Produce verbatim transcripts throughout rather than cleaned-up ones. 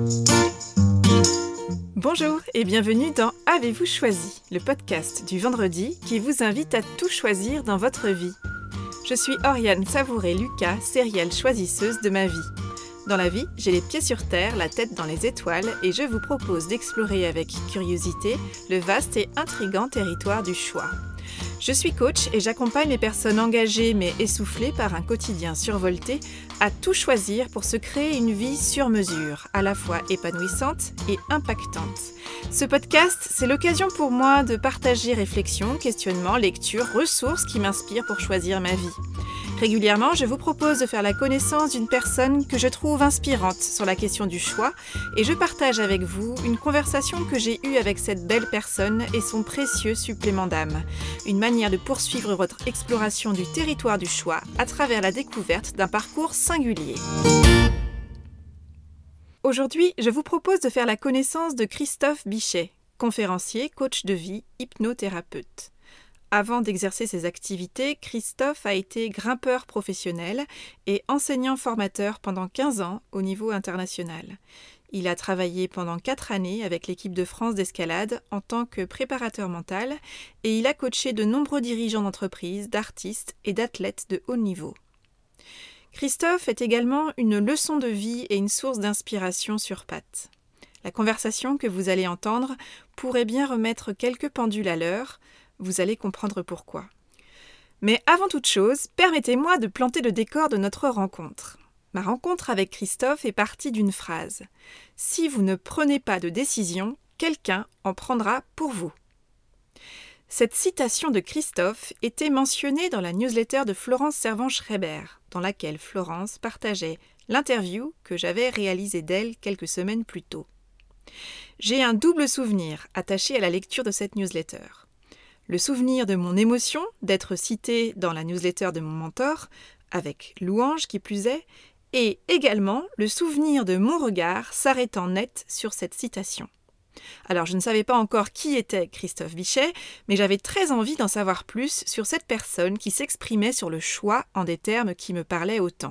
Bonjour et bienvenue dans Avez-vous choisi, le podcast du vendredi qui vous invite à tout choisir dans votre vie. Je suis Oriane Savouré-Lucas, serial choisisseuse de ma vie. Dans la vie, j'ai les pieds sur terre, la tête dans les étoiles et je vous propose d'explorer avec curiosité le vaste et intrigant territoire du choix. Je suis coach et j'accompagne les personnes engagées mais essoufflées par un quotidien survolté à tout choisir pour se créer une vie sur mesure, à la fois épanouissante et impactante. Ce podcast, c'est l'occasion pour moi de partager réflexions, questionnements, lectures, ressources qui m'inspirent pour choisir ma vie. Régulièrement, je vous propose de faire la connaissance d'une personne que je trouve inspirante sur la question du choix et je partage avec vous une conversation que j'ai eue avec cette belle personne et son précieux supplément d'âme. Une manière de poursuivre votre exploration du territoire du choix à travers la découverte d'un parcours singulier. Aujourd'hui, je vous propose de faire la connaissance de Christophe Bichet, conférencier, coach de vie, hypnothérapeute. Avant d'exercer ses activités, Christophe a été grimpeur professionnel et enseignant-formateur pendant quinze ans au niveau international. Il a travaillé pendant quatre années avec l'équipe de France d'escalade en tant que préparateur mental et il a coaché de nombreux dirigeants d'entreprises, d'artistes et d'athlètes de haut niveau. Christophe est également une leçon de vie et une source d'inspiration sur pattes. La conversation que vous allez entendre pourrait bien remettre quelques pendules à l'heure. Vous allez comprendre pourquoi. Mais avant toute chose, permettez-moi de planter le décor de notre rencontre. Ma rencontre avec Christophe est partie d'une phrase. « Si vous ne prenez pas de décision, quelqu'un en prendra pour vous ». Cette citation de Christophe était mentionnée dans la newsletter de Florence Servan-Schreiber, dans laquelle Florence partageait l'interview que j'avais réalisée d'elle quelques semaines plus tôt. J'ai un double souvenir attaché à la lecture de cette newsletter. Le souvenir de mon émotion d'être citée dans la newsletter de mon mentor, avec louange qui plus est, et également le souvenir de mon regard s'arrêtant net sur cette citation. Alors je ne savais pas encore qui était Christophe Bichet, mais j'avais très envie d'en savoir plus sur cette personne qui s'exprimait sur le choix en des termes qui me parlaient autant.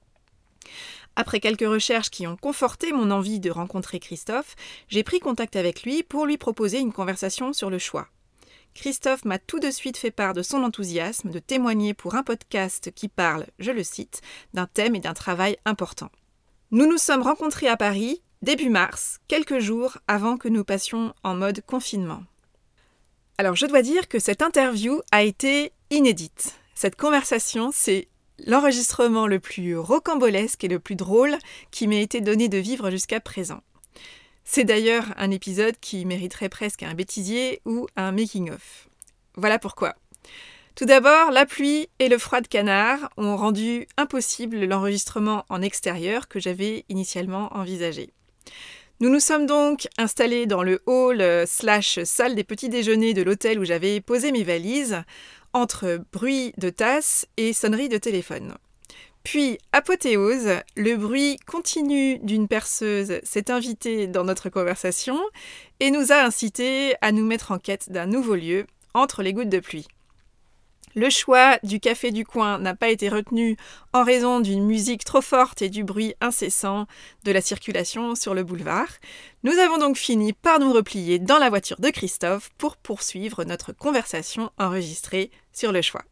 Après quelques recherches qui ont conforté mon envie de rencontrer Christophe, j'ai pris contact avec lui pour lui proposer une conversation sur le choix. Christophe m'a tout de suite fait part de son enthousiasme de témoigner pour un podcast qui parle, je le cite, d'un thème et d'un travail important. Nous nous sommes rencontrés à Paris, début mars, quelques jours avant que nous passions en mode confinement. Alors je dois dire que cette interview a été inédite. Cette conversation, c'est l'enregistrement le plus rocambolesque et le plus drôle qui m'ait été donné de vivre jusqu'à présent. C'est d'ailleurs un épisode qui mériterait presque un bêtisier ou un making-of. Voilà pourquoi. Tout d'abord, la pluie et le froid de canard ont rendu impossible l'enregistrement en extérieur que j'avais initialement envisagé. Nous nous sommes donc installés dans le hall slash salle des petits déjeuners de l'hôtel où j'avais posé mes valises, entre bruit de tasses et sonnerie de téléphone. Puis, apothéose, le bruit continu d'une perceuse s'est invité dans notre conversation et nous a incité à nous mettre en quête d'un nouveau lieu entre les gouttes de pluie. Le choix du café du coin n'a pas été retenu en raison d'une musique trop forte et du bruit incessant de la circulation sur le boulevard. Nous avons donc fini par nous replier dans la voiture de Christophe pour poursuivre notre conversation enregistrée sur le choix.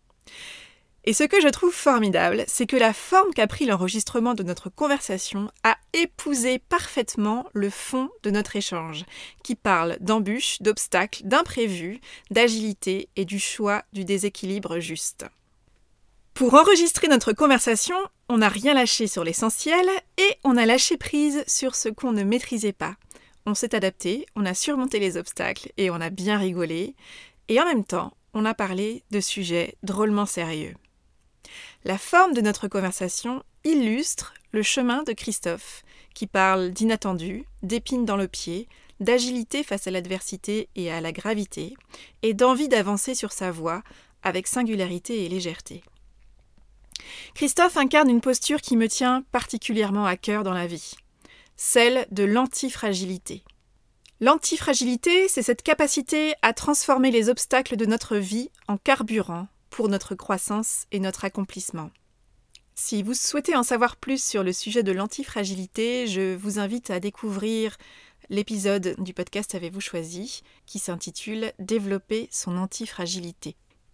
Et ce que je trouve formidable, c'est que la forme qu'a pris l'enregistrement de notre conversation a épousé parfaitement le fond de notre échange, qui parle d'embûches, d'obstacles, d'imprévus, d'agilité et du choix du déséquilibre juste. Pour enregistrer notre conversation, on n'a rien lâché sur l'essentiel et on a lâché prise sur ce qu'on ne maîtrisait pas. On s'est adapté, on a surmonté les obstacles et on a bien rigolé. Et en même temps, on a parlé de sujets drôlement sérieux. La forme de notre conversation illustre le chemin de Christophe, qui parle d'inattendu, d'épines dans le pied, d'agilité face à l'adversité et à la gravité, et d'envie d'avancer sur sa voie avec singularité et légèreté. Christophe incarne une posture qui me tient particulièrement à cœur dans la vie, celle de l'antifragilité. L'antifragilité, c'est cette capacité à transformer les obstacles de notre vie en carburant pour notre croissance et notre accomplissement. Si vous souhaitez en savoir plus sur le sujet de l'antifragilité, je vous invite à découvrir l'épisode du podcast Avez-vous choisi qui s'intitule « Développer son antifragilité ».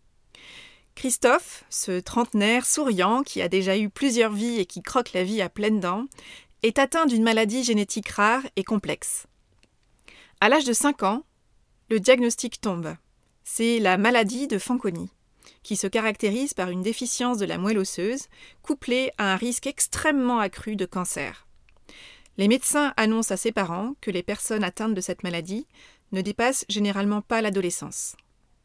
Christophe, ce trentenaire souriant qui a déjà eu plusieurs vies et qui croque la vie à pleines dents, est atteint d'une maladie génétique rare et complexe. À l'âge de cinq ans, le diagnostic tombe. C'est la maladie de Fanconi, qui se caractérise par une déficience de la moelle osseuse, couplée à un risque extrêmement accru de cancer. Les médecins annoncent à ses parents que les personnes atteintes de cette maladie ne dépassent généralement pas l'adolescence.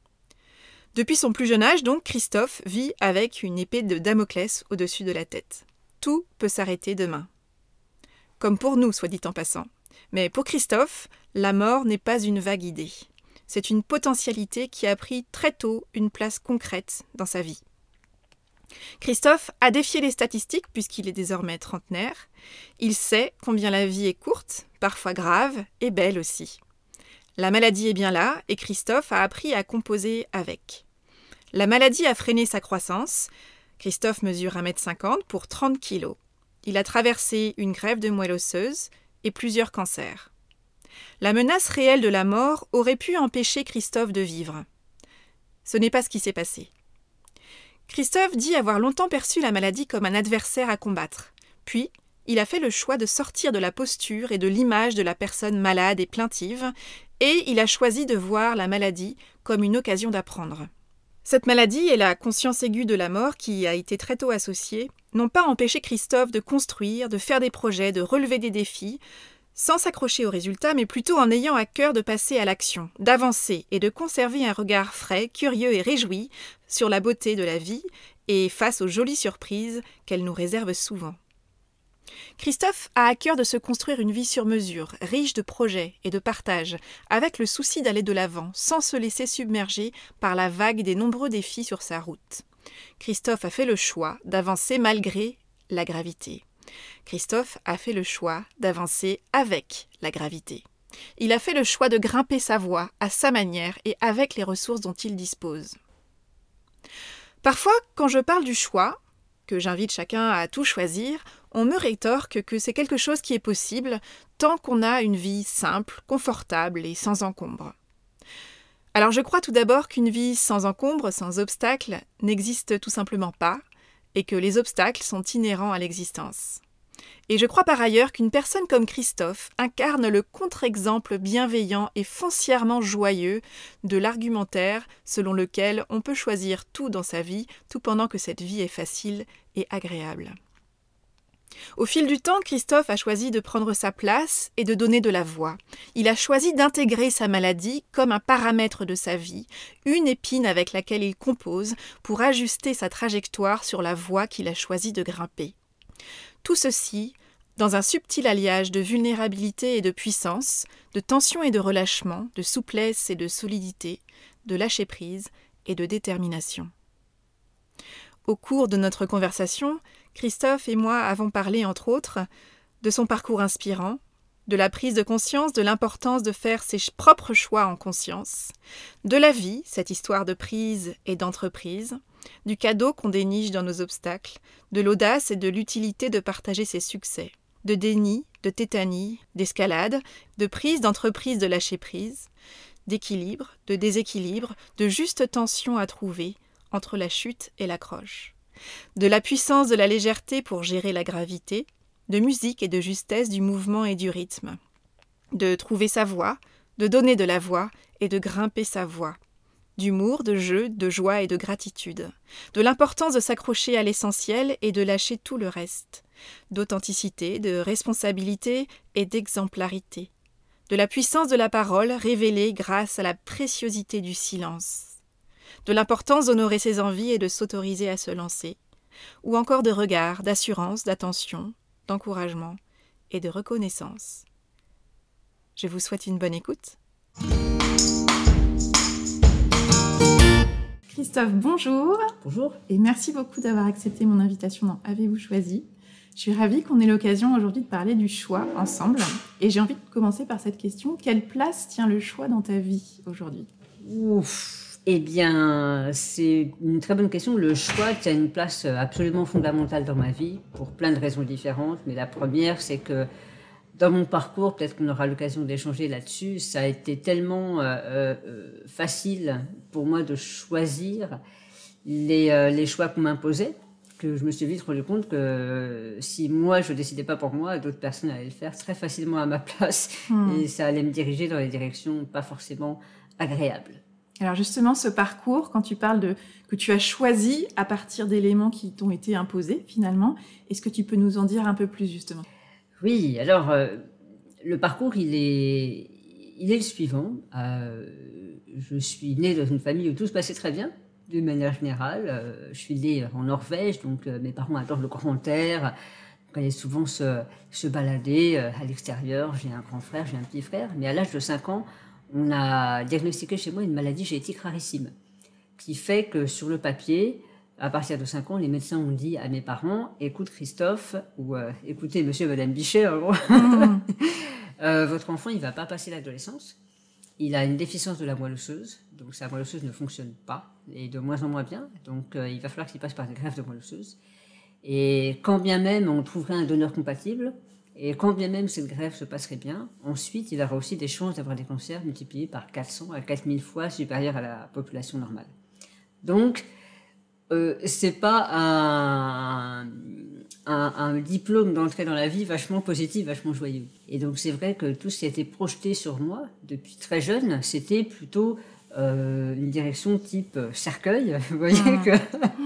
Depuis son plus jeune âge, donc, Christophe vit avec une épée de Damoclès au-dessus de la tête. Tout peut s'arrêter demain. Comme pour nous, soit dit en passant. Mais pour Christophe, la mort n'est pas une vague idée. C'est une potentialité qui a pris très tôt une place concrète dans sa vie. Christophe a défié les statistiques puisqu'il est désormais trentenaire. Il sait combien la vie est courte, parfois grave et belle aussi. La maladie est bien là et Christophe a appris à composer avec. La maladie a freiné sa croissance. Christophe mesure un mètre cinquante pour trente kilos. Il a traversé une greffe de moelle osseuse et plusieurs cancers. La menace réelle de la mort aurait pu empêcher Christophe de vivre. Ce n'est pas ce qui s'est passé. Christophe dit avoir longtemps perçu la maladie comme un adversaire à combattre. Puis, il a fait le choix de sortir de la posture et de l'image de la personne malade et plaintive, et il a choisi de voir la maladie comme une occasion d'apprendre. Cette maladie et la conscience aiguë de la mort qui a été très tôt associée n'ont pas empêché Christophe de construire, de faire des projets, de relever des défis, sans s'accrocher aux résultats, mais plutôt en ayant à cœur de passer à l'action, d'avancer et de conserver un regard frais, curieux et réjoui sur la beauté de la vie et face aux jolies surprises qu'elle nous réserve souvent. Christophe a à cœur de se construire une vie sur mesure, riche de projets et de partages, avec le souci d'aller de l'avant, sans se laisser submerger par la vague des nombreux défis sur sa route. Christophe a fait le choix d'avancer malgré la gravité. Christophe a fait le choix d'avancer avec la gravité. Il a fait le choix de grimper sa voie à sa manière et avec les ressources dont il dispose. Parfois, quand je parle du choix, que j'invite chacun à tout choisir, on me rétorque que c'est quelque chose qui est possible tant qu'on a une vie simple, confortable et sans encombre. Alors je crois tout d'abord qu'une vie sans encombre, sans obstacles, n'existe tout simplement pas, et que les obstacles sont inhérents à l'existence. Et je crois par ailleurs qu'une personne comme Christophe incarne le contre-exemple bienveillant et foncièrement joyeux de l'argumentaire selon lequel on peut choisir tout dans sa vie, tout pendant que cette vie est facile et agréable. Au fil du temps, Christophe a choisi de prendre sa place et de donner de la voix. Il a choisi d'intégrer sa maladie comme un paramètre de sa vie, une épine avec laquelle il compose pour ajuster sa trajectoire sur la voie qu'il a choisi de grimper. Tout ceci dans un subtil alliage de vulnérabilité et de puissance, de tension et de relâchement, de souplesse et de solidité, de lâcher-prise et de détermination. Au cours de notre conversation, Christophe et moi avons parlé, entre autres, de son parcours inspirant, de la prise de conscience de l'importance de faire ses propres choix en conscience, de la vie, cette histoire de prise et d'entreprise, du cadeau qu'on déniche dans nos obstacles, de l'audace et de l'utilité de partager ses succès, de déni, de tétanie, d'escalade, de prise d'entreprise de lâcher-prise, d'équilibre, de déséquilibre, de juste tension à trouver entre la chute et l'accroche, de la puissance de la légèreté pour gérer la gravité, de musique et de justesse du mouvement et du rythme, de trouver sa voix, de donner de la voix et de grimper sa voix, d'humour, de jeu, de joie et de gratitude, de l'importance de s'accrocher à l'essentiel et de lâcher tout le reste, d'authenticité, de responsabilité et d'exemplarité, de la puissance de la parole révélée grâce à la préciosité du silence, de l'importance d'honorer ses envies et de s'autoriser à se lancer, ou encore de regard, d'assurance, d'attention, d'encouragement et de reconnaissance. Je vous souhaite une bonne écoute. Christophe, bonjour. Bonjour. Et merci beaucoup d'avoir accepté mon invitation dans Avez-vous choisi ? Je suis ravie qu'on ait l'occasion aujourd'hui de parler du choix ensemble. Et j'ai envie de commencer par cette question. Quelle place tient le choix dans ta vie aujourd'hui ? Ouf, Eh bien, c'est une très bonne question. Le choix tient une place absolument fondamentale dans ma vie, pour plein de raisons différentes. Mais la première, c'est que dans mon parcours, peut-être qu'on aura l'occasion d'échanger là-dessus, ça a été tellement euh, euh, facile pour moi de choisir les, euh, les choix qu'on m'imposait, que je me suis vite rendu compte que si moi je décidais pas pour moi, d'autres personnes allaient le faire très facilement à ma place, Hmm. et ça allait me diriger dans des directions pas forcément agréables. Alors justement, ce parcours, quand tu parles de que tu as choisi à partir d'éléments qui t'ont été imposés finalement, est-ce que tu peux nous en dire un peu plus justement? Oui, alors euh, le parcours, il est, il est le suivant. Euh, je suis née dans une famille où tout se passait très bien, d'une manière générale. Euh, je suis née en Norvège, donc euh, mes parents adorent le grand air. On allait souvent se, se balader euh, à l'extérieur. J'ai un grand frère, j'ai un petit frère. Mais à l'âge de cinq ans, on a diagnostiqué chez moi une maladie génétique rarissime, qui fait que sur le papier, à partir de cinq ans, les médecins ont dit à mes parents, écoute Christophe, ou euh, écoutez monsieur et madame Bichet, en gros, Mmh. euh, votre enfant, il ne va pas passer l'adolescence. Il a une déficience de la moelle osseuse, donc sa moelle osseuse ne fonctionne pas, et de moins en moins bien. Donc euh, il va falloir qu'il passe par une greffe de moelle osseuse. Et quand bien même on trouverait un donneur compatible, et quand bien même cette greffe se passerait bien, ensuite il aura aussi des chances d'avoir des cancers multipliés par quatre cents à quatre mille fois supérieurs à la population normale. Donc, euh, c'est pas un, un, un diplôme d'entrée dans la vie vachement positif, vachement joyeux. Et donc, c'est vrai que tout ce qui a été projeté sur moi depuis très jeune, c'était plutôt euh, une direction type cercueil, vous voyez, Mmh. que,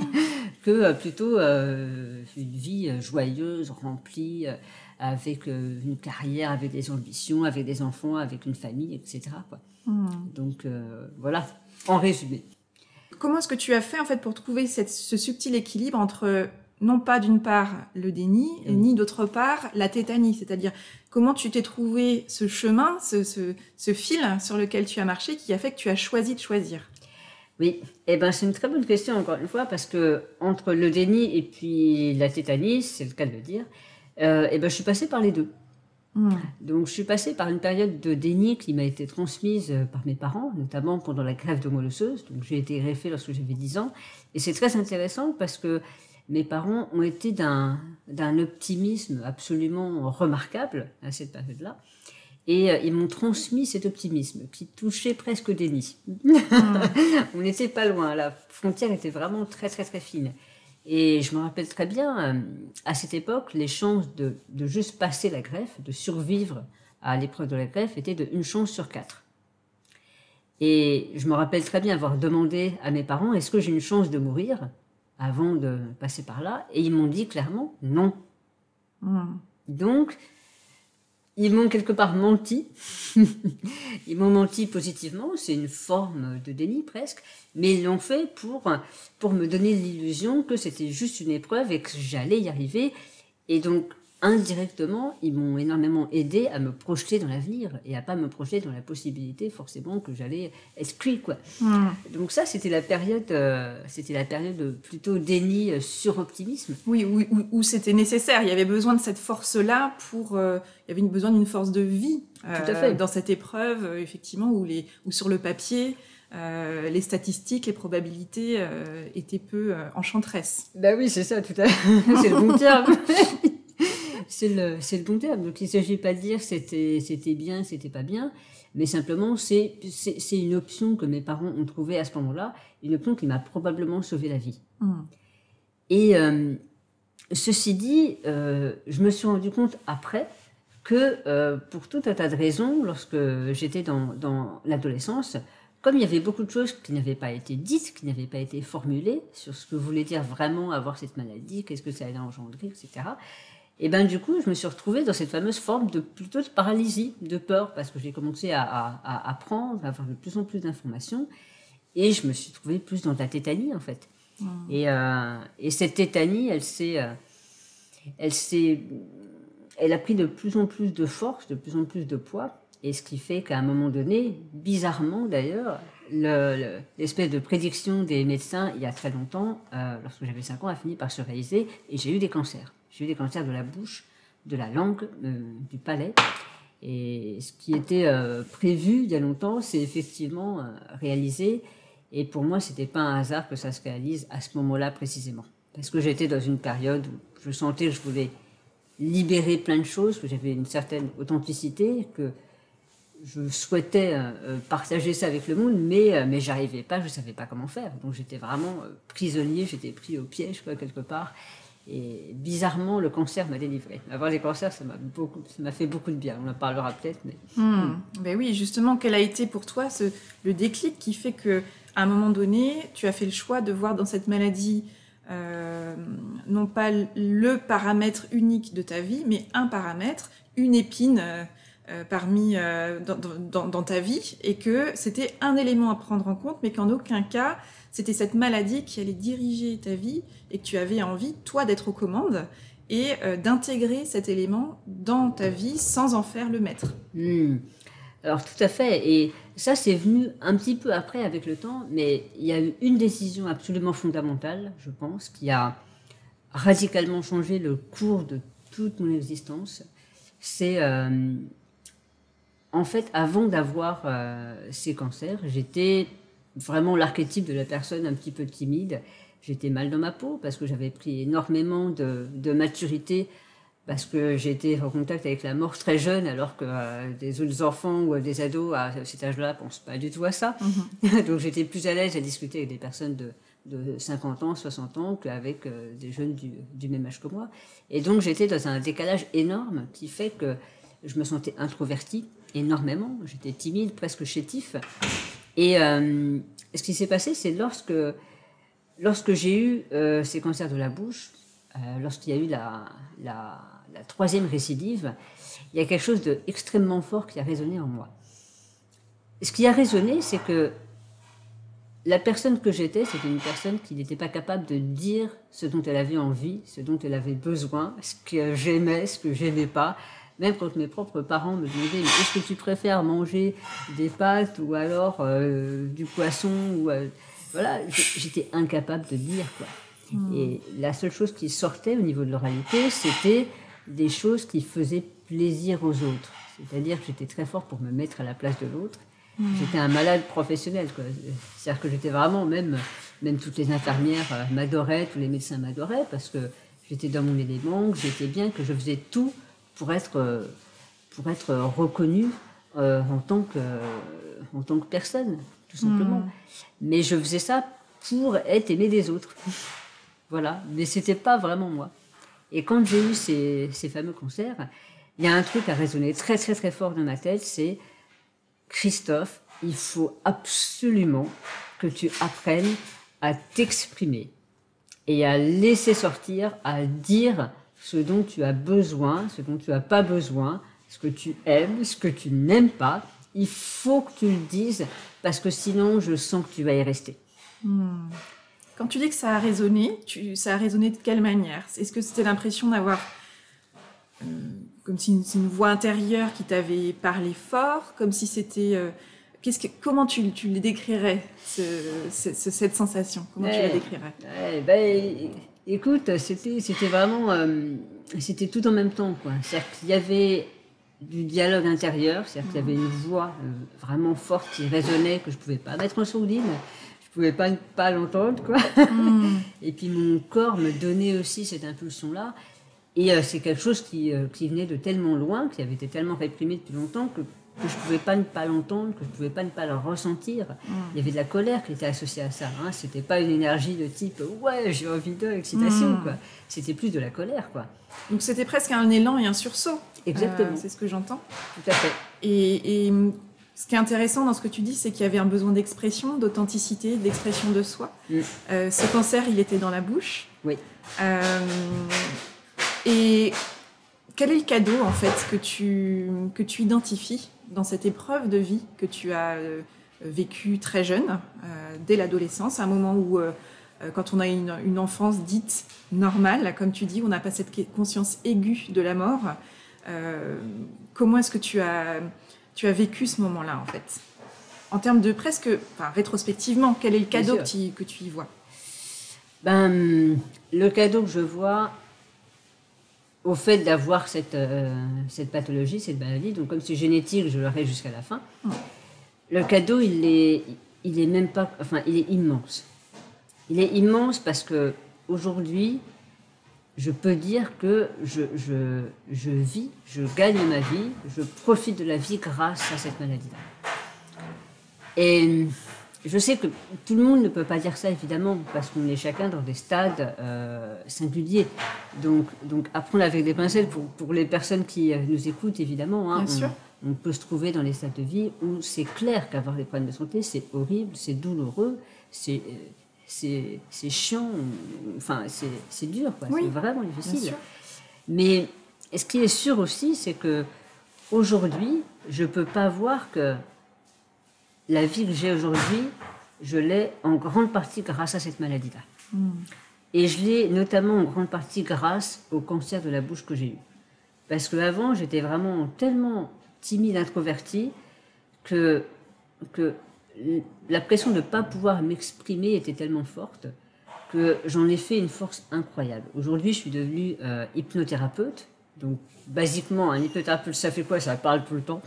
que plutôt euh, une vie joyeuse, remplie, euh, avec euh, une carrière, avec des ambitions, avec des enfants, avec une famille, et cetera quoi. Mmh. Donc, euh, voilà, en résumé. Comment est-ce que tu as fait en fait pour trouver cette, ce subtil équilibre entre non pas d'une part le déni, Oui. ni d'autre part la tétanie, c'est-à-dire comment tu t'es trouvé ce chemin, ce, ce, ce fil sur lequel tu as marché qui a fait que tu as choisi de choisir? Oui, eh ben, c'est une très bonne question encore une fois parce que entre le déni et puis la tétanie, c'est le cas de le dire, euh, eh ben, je suis passée par les deux. Mmh. Donc je suis passée par une période de déni qui m'a été transmise par mes parents, notamment pendant la greffe de moelle osseuse. Donc j'ai été greffée lorsque j'avais dix ans. Et c'est très intéressant parce que mes parents ont été d'un, d'un optimisme absolument remarquable à cette période-là. Et euh, ils m'ont transmis cet optimisme qui touchait presque au déni. Mmh. On n'était pas loin, la frontière était vraiment très très très fine. Et je me rappelle très bien, euh, à cette époque, les chances de, de juste passer la greffe, de survivre à l'épreuve de la greffe, étaient de une chance sur quatre. Et je me rappelle très bien avoir demandé à mes parents, est-ce que j'ai une chance de mourir avant de passer par là? Et ils m'ont dit clairement non. Mmh. Donc, ils m'ont quelque part menti. Ils m'ont menti positivement, c'est une forme de déni presque, mais ils l'ont fait pour, pour me donner l'illusion que c'était juste une épreuve et que j'allais y arriver. Et donc, indirectement, ils m'ont énormément aidé à me projeter dans l'avenir et à pas me projeter dans la possibilité forcément que j'allais être cuit, quoi. Mmh. Donc ça, c'était la période, euh, c'était la période plutôt déni euh, sur optimisme. Oui, où, où, où c'était nécessaire. Il y avait besoin de cette force-là pour. Euh, il y avait une, besoin d'une force de vie euh, Tout à fait. dans cette épreuve, euh, effectivement, où, les, où sur le papier, euh, les statistiques, les probabilités euh, étaient peu euh, enchanteresses. Bah oui, c'est ça, tout à fait. C'est le bon terme. c'est le, c'est le bon terme. Donc il ne s'agit pas de dire c'était, c'était bien, c'était pas bien, mais simplement c'est, c'est, c'est une option que mes parents ont trouvée à ce moment-là, une option qui m'a probablement sauvé la vie. Mmh. Et euh, ceci dit, euh, je me suis rendu compte après que euh, pour tout un tas de raisons, lorsque j'étais dans, dans l'adolescence, comme il y avait beaucoup de choses qui n'avaient pas été dites, qui n'avaient pas été formulées sur ce que voulait dire vraiment avoir cette maladie, qu'est-ce que ça allait engendrer, et cetera. Et ben du coup, je me suis retrouvée dans cette fameuse forme de plutôt de paralysie, de peur, parce que j'ai commencé à, à, à apprendre, à avoir de plus en plus d'informations, et je me suis trouvée plus dans la tétanie en fait. Mmh. Et, euh, et cette tétanie, elle s'est, euh, elle s'est, elle a pris de plus en plus de force, de plus en plus de poids, et ce qui fait qu'à un moment donné, bizarrement d'ailleurs, le, le, l'espèce de prédiction des médecins il y a très longtemps, euh, lorsque j'avais cinq ans, a fini par se réaliser, et j'ai eu des cancers. J'ai eu des cancers de la bouche, de la langue, euh, du palais. Et ce qui était euh, prévu il y a longtemps, c'est effectivement euh, réalisé. Et pour moi, c'était pas un hasard que ça se réalise à ce moment-là précisément. Parce que j'étais dans une période où je sentais que je voulais libérer plein de choses, que j'avais une certaine authenticité, que je souhaitais euh, partager ça avec le monde, mais, euh, mais j'arrivais pas, je savais pas comment faire. Donc j'étais vraiment euh, prisonnier, j'étais pris au piège, quoi, quelque part. Et bizarrement, le cancer m'a délivré. Avoir des cancers, ça m'a beaucoup, ça m'a fait beaucoup de bien. On en parlera peut-être, mais. Mmh. Ben oui, justement, quel a été pour toi ce, le déclic qui fait que, à un moment donné, tu as fait le choix de voir dans cette maladie euh, non pas le paramètre unique de ta vie, mais un paramètre, une épine euh, euh, parmi euh, dans, dans, dans ta vie, et que c'était un élément à prendre en compte, mais qu'en aucun cas c'était cette maladie qui allait diriger ta vie, et que tu avais envie, toi, d'être aux commandes et euh, d'intégrer cet élément dans ta vie sans en faire le maître. Mmh. Alors tout à fait, et ça c'est venu un petit peu après avec le temps, mais il y a eu une décision absolument fondamentale, je pense, qui a radicalement changé le cours de toute mon existence. C'est euh, en fait, avant d'avoir euh, ces cancers, j'étais vraiment l'archétype de la personne un petit peu timide. J'étais mal dans ma peau parce que j'avais pris énormément de, de maturité, parce que j'ai été en contact avec la mort très jeune, alors que euh, des autres enfants ou des ados à cet âge-là ne pensent pas du tout à ça. Mm-hmm. Donc j'étais plus à l'aise à discuter avec des personnes de, de cinquante ans, soixante ans, qu'avec euh, des jeunes du, du même âge que moi. Et donc j'étais dans un décalage énorme qui fait que je me sentais introvertie énormément. J'étais timide, presque chétif. Et euh, ce qui s'est passé, c'est lorsque, lorsque j'ai eu euh, ces cancers de la bouche, euh, lorsqu'il y a eu la, la, la troisième récidive, il y a quelque chose d'extrêmement fort qui a résonné en moi. Ce qui a résonné, c'est que la personne que j'étais, c'était une personne qui n'était pas capable de dire ce dont elle avait envie, ce dont elle avait besoin, ce que j'aimais, ce que j'aimais pas. Même quand mes propres parents me demandaient « mais est-ce que tu préfères manger des pâtes ou alors euh, du poisson ?» ou euh, voilà, j'étais incapable de dire, quoi. Mmh. Et la seule chose qui sortait au niveau de l'oralité, c'était des choses qui faisaient plaisir aux autres. C'est-à-dire que j'étais très fort pour me mettre à la place de l'autre. Mmh. J'étais un malade professionnel, quoi. C'est-à-dire que j'étais vraiment, même, même toutes les infirmières euh, m'adoraient, tous les médecins m'adoraient, parce que j'étais dans mon élément, que j'étais bien, que je faisais tout pour être, pour être reconnue euh, en, tant que, en tant que personne, tout simplement. Mmh. Mais je faisais ça pour être aimée des autres. Voilà, mais c'était pas vraiment moi. Et quand j'ai eu ces, ces fameux cancers, il y a un truc à résonner très très très fort dans ma tête, c'est Christophe, il faut absolument que tu apprennes à t'exprimer et à laisser sortir, à dire ce dont tu as besoin, ce dont tu n'as pas besoin, ce que tu aimes, ce que tu n'aimes pas. Il faut que tu le dises, parce que sinon, je sens que tu vas y rester. Hmm. Quand tu dis que ça a résonné, tu, ça a résonné de quelle manière ? Est-ce que c'était l'impression d'avoir, euh, comme si une, une voix intérieure qui t'avait parlé fort, comme si c'était... Euh, qu'est-ce que, comment tu, tu les décrirais, ce, ce, cette sensation ? Comment ouais, tu la décrirais ? ouais, ben, écoute, c'était, c'était vraiment... Euh, c'était tout en même temps, quoi. C'est-à-dire qu'il y avait du dialogue intérieur, c'est-à-dire qu'il y avait une voix euh, vraiment forte qui résonnait, que je ne pouvais pas mettre en sourdine. Je ne pouvais pas ne pas l'entendre, quoi. Mm. Et puis mon corps me donnait aussi cette impulsion-là. Et euh, c'est quelque chose qui, euh, qui venait de tellement loin, qui avait été tellement réprimé depuis longtemps, que, que je ne pouvais pas ne pas l'entendre, que je ne pouvais pas ne pas le ressentir. Mm. Il y avait de la colère qui était associée à ça. Hein. Ce n'était pas une énergie de type « ouais, j'ai envie de excitation mm. », quoi. C'était plus de la colère, quoi. Donc c'était presque un élan et un sursaut. Exactement. Euh, c'est ce que j'entends. Tout à fait. Et... et... Ce qui est intéressant dans ce que tu dis, c'est qu'il y avait un besoin d'expression, d'authenticité, d'expression de soi. Mm. Euh, ce cancer, il était dans la bouche. Oui. Euh, et quel est le cadeau, en fait, que tu, que tu identifies dans cette épreuve de vie que tu as euh, vécue très jeune, euh, dès l'adolescence, un moment où, euh, quand on a une, une enfance dite normale, comme tu dis, on n'a pas cette conscience aiguë de la mort. Euh, comment est-ce que tu as... tu as vécu ce moment-là, en fait, en termes de presque, enfin, rétrospectivement, quel est le cadeau que tu, que tu y vois ? Ben, le cadeau que je vois au fait d'avoir cette, euh, cette pathologie, cette maladie, donc comme c'est génétique, je l'aurai jusqu'à la fin. Mmh. Le cadeau, il est, il est même pas, enfin, il est immense. Il est immense parce que aujourd'hui, je peux dire que je, je, je vis, je gagne ma vie, je profite de la vie grâce à cette maladie-là. Et je sais que tout le monde ne peut pas dire ça, évidemment, parce qu'on est chacun dans des stades euh, singuliers. Donc, donc, apprendre avec des pincettes pour, pour les personnes qui nous écoutent, évidemment. Hein, Bien on, sûr. on peut se trouver dans les stades de vie où c'est clair qu'avoir des problèmes de santé, c'est horrible, c'est douloureux, c'est, c'est, c'est chiant, enfin, c'est, c'est dur, quoi, Oui, c'est vraiment bien difficile. sûr. Mais ce qui est sûr aussi, c'est que aujourd'hui, je ne peux pas voir que la vie que j'ai aujourd'hui, je l'ai en grande partie grâce à cette maladie-là. Mm. Et je l'ai notamment en grande partie grâce au cancer de la bouche que j'ai eu. Parce qu'avant, j'étais vraiment tellement timide, introvertie, que, que la pression de ne pas pouvoir m'exprimer était tellement forte que j'en ai fait une force incroyable. Aujourd'hui, je suis devenue euh, hypnothérapeute. Donc, basiquement, un hypnothérapeute, ça fait quoi? Ça parle tout le temps.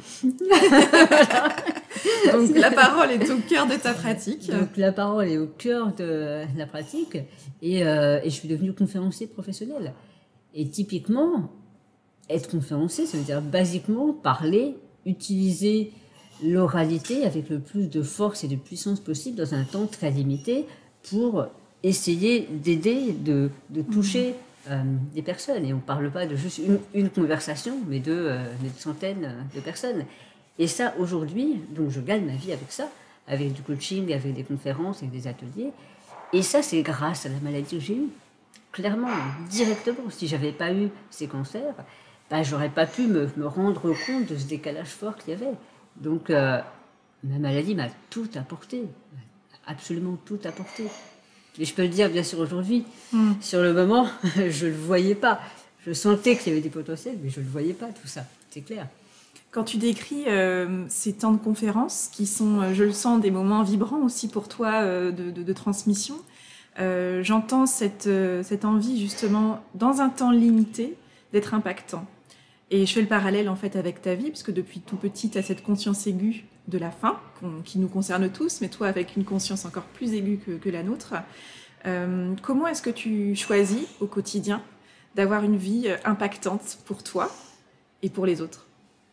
Donc, la parole est au cœur de ta pratique. Donc, la parole est au cœur de la pratique. Et, euh, et je suis devenue conférencier professionnel. Et typiquement, être conférencier, ça veut dire basiquement parler, utiliser l'oralité avec le plus de force et de puissance possible dans un temps très limité pour essayer d'aider, de, de toucher mmh. euh, des personnes. Et on ne parle pas de juste une, une conversation, mais de, euh, de centaines de personnes. Et ça, aujourd'hui, donc je gagne ma vie avec ça, avec du coaching, avec des conférences, avec des ateliers. Et ça, c'est grâce à la maladie que j'ai eue. Clairement, directement. Si je n'avais pas eu ces cancers, ben, je n'aurais pas pu me, me rendre compte de ce décalage fort qu'il y avait. Donc, euh, ma maladie m'a tout apporté. Absolument tout apporté. Et je peux le dire, bien sûr, aujourd'hui. Mm. Sur le moment, je ne le voyais pas. Je sentais qu'il y avait des potentiels, mais je ne le voyais pas, tout ça. C'est clair. Quand tu décris euh, ces temps de conférences, qui sont, euh, je le sens, des moments vibrants aussi pour toi euh, de, de, de transmission, euh, j'entends cette, euh, cette envie, justement, dans un temps limité, d'être impactant. Et je fais le parallèle, en fait, avec ta vie, parce que depuis tout petit, tu as cette conscience aiguë de la fin, qui nous concerne tous, mais toi, avec une conscience encore plus aiguë que, que la nôtre. Euh, comment est-ce que tu choisis, au quotidien, d'avoir une vie impactante pour toi et pour les autres?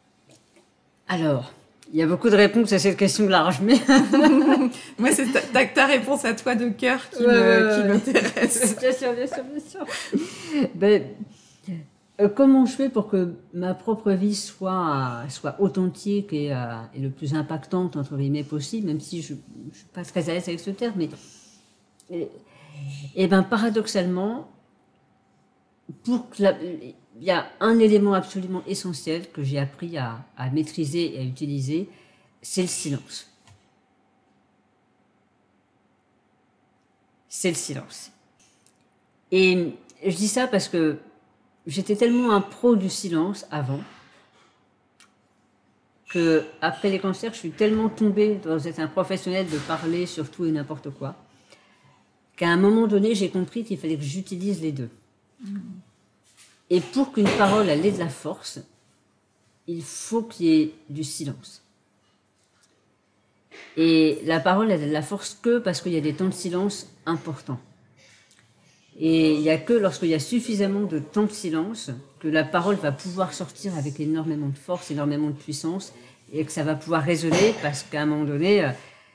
Alors, il y a beaucoup de réponses à cette question large, mais... Moi, c'est ta, ta, ta réponse à toi de cœur qui, ouais, me, qui m'intéresse. Bien sûr, bien sûr, bien sûr. Ben, euh, comment je fais pour que ma propre vie soit, soit authentique et, euh, et le plus impactante, entre guillemets, possible, même si je ne suis pas très à l'aise avec ce terme, mais... Et, et ben, paradoxalement, pour que la... il y a un élément absolument essentiel que j'ai appris à, à maîtriser et à utiliser, c'est le silence. C'est le silence. Et je dis ça parce que j'étais tellement un pro du silence avant que après les cancers, je suis tellement tombée dans être un professionnel de parler sur tout et n'importe quoi qu'à un moment donné, j'ai compris qu'il fallait que j'utilise les deux. Mmh. Et pour qu'une parole elle ait de la force, il faut qu'il y ait du silence. Et la parole elle a de la force que parce qu'il y a des temps de silence importants. Et il n'y a que lorsqu'il y a suffisamment de temps de silence que la parole va pouvoir sortir avec énormément de force, énormément de puissance, et que ça va pouvoir résonner parce qu'à un moment donné,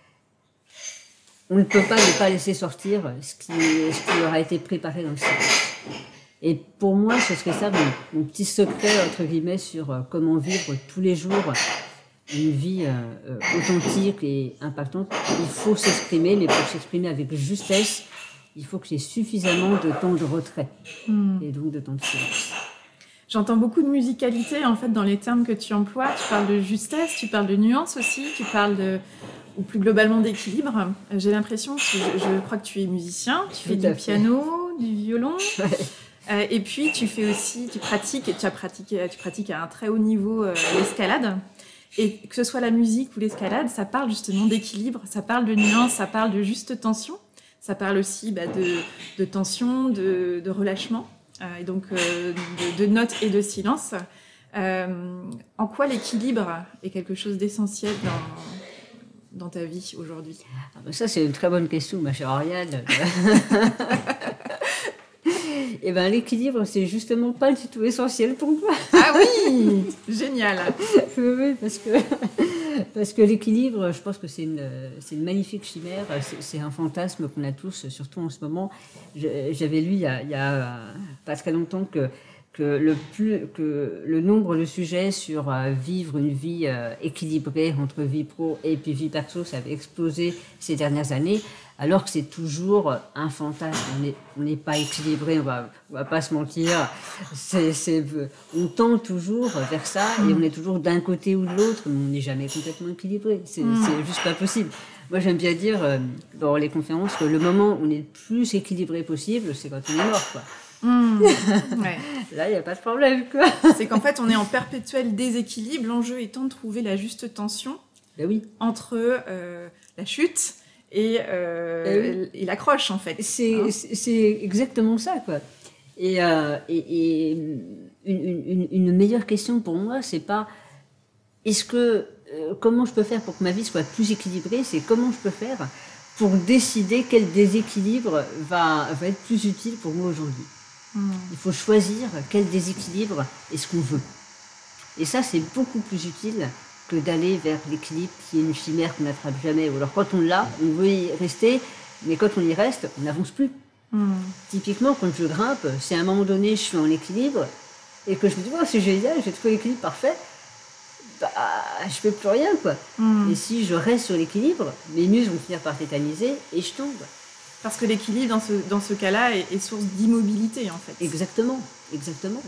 on ne peut pas ne pas laisser sortir ce qui, ce qui aura été préparé dans le silence. Et pour moi, ce serait ça mon, mon petit secret, entre guillemets, sur euh, comment vivre tous les jours une vie euh, authentique et impactante. Il faut s'exprimer, mais pour s'exprimer avec justesse, il faut qu'il y ait suffisamment de temps de retrait mmh. et donc de temps de silence. J'entends beaucoup de musicalité, en fait, dans les termes que tu emploies. Tu parles de justesse, tu parles de nuance aussi, tu parles de... ou plus globalement d'équilibre. J'ai l'impression, que je, je crois que tu es musicien, tu fais du piano, du violon... Ouais. Euh, et puis, tu fais aussi, tu pratiques, et tu as pratiqué, tu pratiques à un très haut niveau euh, l'escalade. Et que ce soit la musique ou l'escalade, ça parle justement d'équilibre, ça parle de nuance, ça parle de juste tension. Ça parle aussi bah, de, de tension, de, de relâchement, euh, et donc euh, de, de notes et de silence. Euh, en quoi l'équilibre est quelque chose d'essentiel dans ta vie aujourd'hui? Ah ben ça, c'est une très bonne question, ma chère Ariane. Et ben l'équilibre, c'est justement pas du tout essentiel pour moi. Ah oui, génial. Oui, oui, parce que, parce que l'équilibre, je pense que c'est une, c'est une magnifique chimère. C'est, c'est un fantasme qu'on a tous, surtout en ce moment. Je- J'avais lu il y a, il y a pas très longtemps que, que, le plus, que le nombre de sujets sur euh, vivre une vie euh, équilibrée entre vie pro et puis vie perso, ça avait explosé ces dernières années. Alors que c'est toujours un fantasme, on n'est on n'est pas équilibré, on va, on va pas se mentir. C'est, c'est, on tend toujours vers ça et on est toujours d'un côté ou de l'autre, mais on n'est jamais complètement équilibré. C'est, Mm. c'est juste pas possible. Moi, j'aime bien dire euh, dans les conférences que le moment où on est le plus équilibré possible, c'est quand on est mort, quoi. Mm. Ouais. Là, il n'y a pas de problème, quoi. C'est qu'en fait, on est en perpétuel déséquilibre, l'enjeu étant de trouver la juste tension Ben oui. entre euh, la chute et, euh, et l'accroche, en fait. C'est, Hein. c'est, c'est exactement ça, quoi. Et, euh, et, et une, une, une meilleure question pour moi, c'est pas est-ce que euh, comment je peux faire pour que ma vie soit plus équilibrée, c'est comment je peux faire pour décider quel déséquilibre va, va être plus utile pour moi aujourd'hui. Mm. Il faut choisir quel déséquilibre est-ce qu'on veut. Et ça, c'est beaucoup plus utile que d'aller vers l'équilibre qui est une chimère qu'on n'attrape jamais. Ou alors quand on l'a, on veut y rester, mais quand on y reste, on n'avance plus. Mm. Typiquement, quand je grimpe, si à un moment donné je suis en équilibre et que je me dis oh, c'est génial, j'ai trouvé l'équilibre parfait, bah je fais plus rien, quoi. Mm. Et si je reste sur l'équilibre, mes muscles vont finir par tétaniser et je tombe. Parce que l'équilibre, dans ce, dans ce cas-là, est, est source d'immobilité, en fait. Exactement, exactement.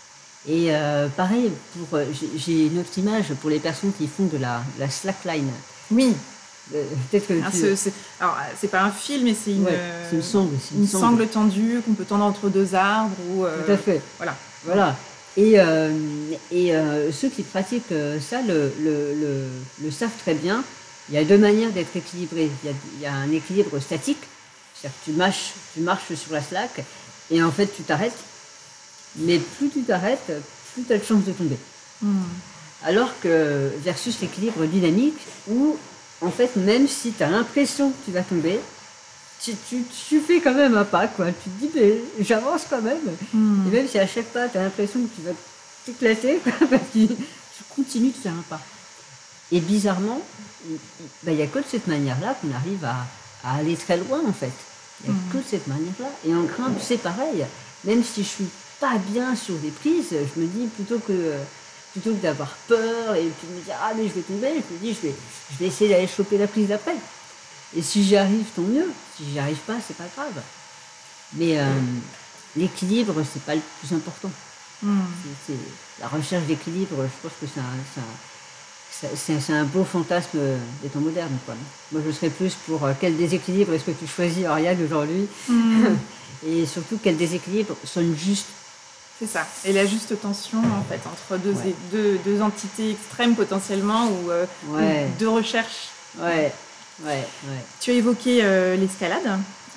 Et euh, pareil, pour, euh, j'ai, j'ai une autre image pour les personnes qui font de la, la slackline. Oui. Euh, peut-être que Ah, tu... ce- c'est, alors, c'est pas un fil, mais c'est une, Ouais, euh, c'est une sangle. C'est une, une sangle. sangle tendue qu'on peut tendre entre deux arbres. Ou, euh, Tout à fait. Voilà. Voilà. Et, euh, et euh, ceux qui pratiquent euh, ça le, le, le, le savent très bien. Il y a deux manières d'être équilibré. Il y a, il y a un équilibre statique, c'est-à-dire que tu marches, tu marches sur la slack et en fait tu t'arrêtes. Mais plus tu t'arrêtes, plus tu as de chances de tomber. Mm. Alors que versus l'équilibre dynamique où en fait même si tu as l'impression que tu vas tomber, tu, tu, tu fais quand même un pas, quoi. Tu te dis mais j'avance quand même. Mm. Et même si à chaque pas, tu as l'impression que tu vas t'éclater, bah, tu, tu continues de faire un pas. Et bizarrement, il bah, n'y a que de cette manière-là qu'on arrive à, à aller très loin, en fait. Il n'y a Mhm. que de cette manière-là. Et en grimpe, c'est pareil. Même si je suis pas bien sur les prises, je me dis plutôt que, plutôt que d'avoir peur et puis de me dire ah mais je vais tomber, je me dis je vais, je vais essayer d'aller choper la prise d'après. Et si j'y arrive, tant mieux. Si j'y arrive pas, c'est pas grave. Mais euh, l'équilibre, c'est pas le plus important. Mm. C'est, c'est, la recherche d'équilibre, je pense que c'est un, c'est un, c'est, c'est, c'est un beau fantasme des temps modernes, quoi. Moi, je serais plus pour euh, quel déséquilibre est-ce que tu choisis, Ariane, aujourd'hui, Mm. et surtout quel déséquilibre sonne juste. C'est ça. Et la juste tension, en fait, entre deux, Ouais. deux, deux entités extrêmes potentiellement ou, euh, Ouais. ou deux recherches. Ouais, ouais, ouais. Tu as évoqué euh, l'escalade.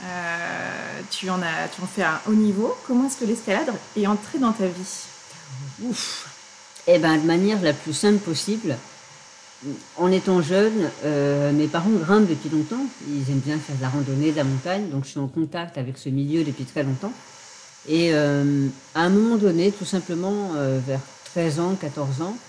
Euh, tu, en as, tu en fais à un haut niveau. Comment est-ce que l'escalade est entrée dans ta vie? Ouf. Eh ben, de manière la plus simple possible. En étant jeune, euh, mes parents grimpent depuis longtemps. Ils aiment bien faire de la randonnée, de la montagne, donc je suis en contact avec ce milieu depuis très longtemps. Et euh, à un moment donné, tout simplement, euh, vers treize ans, quatorze ans,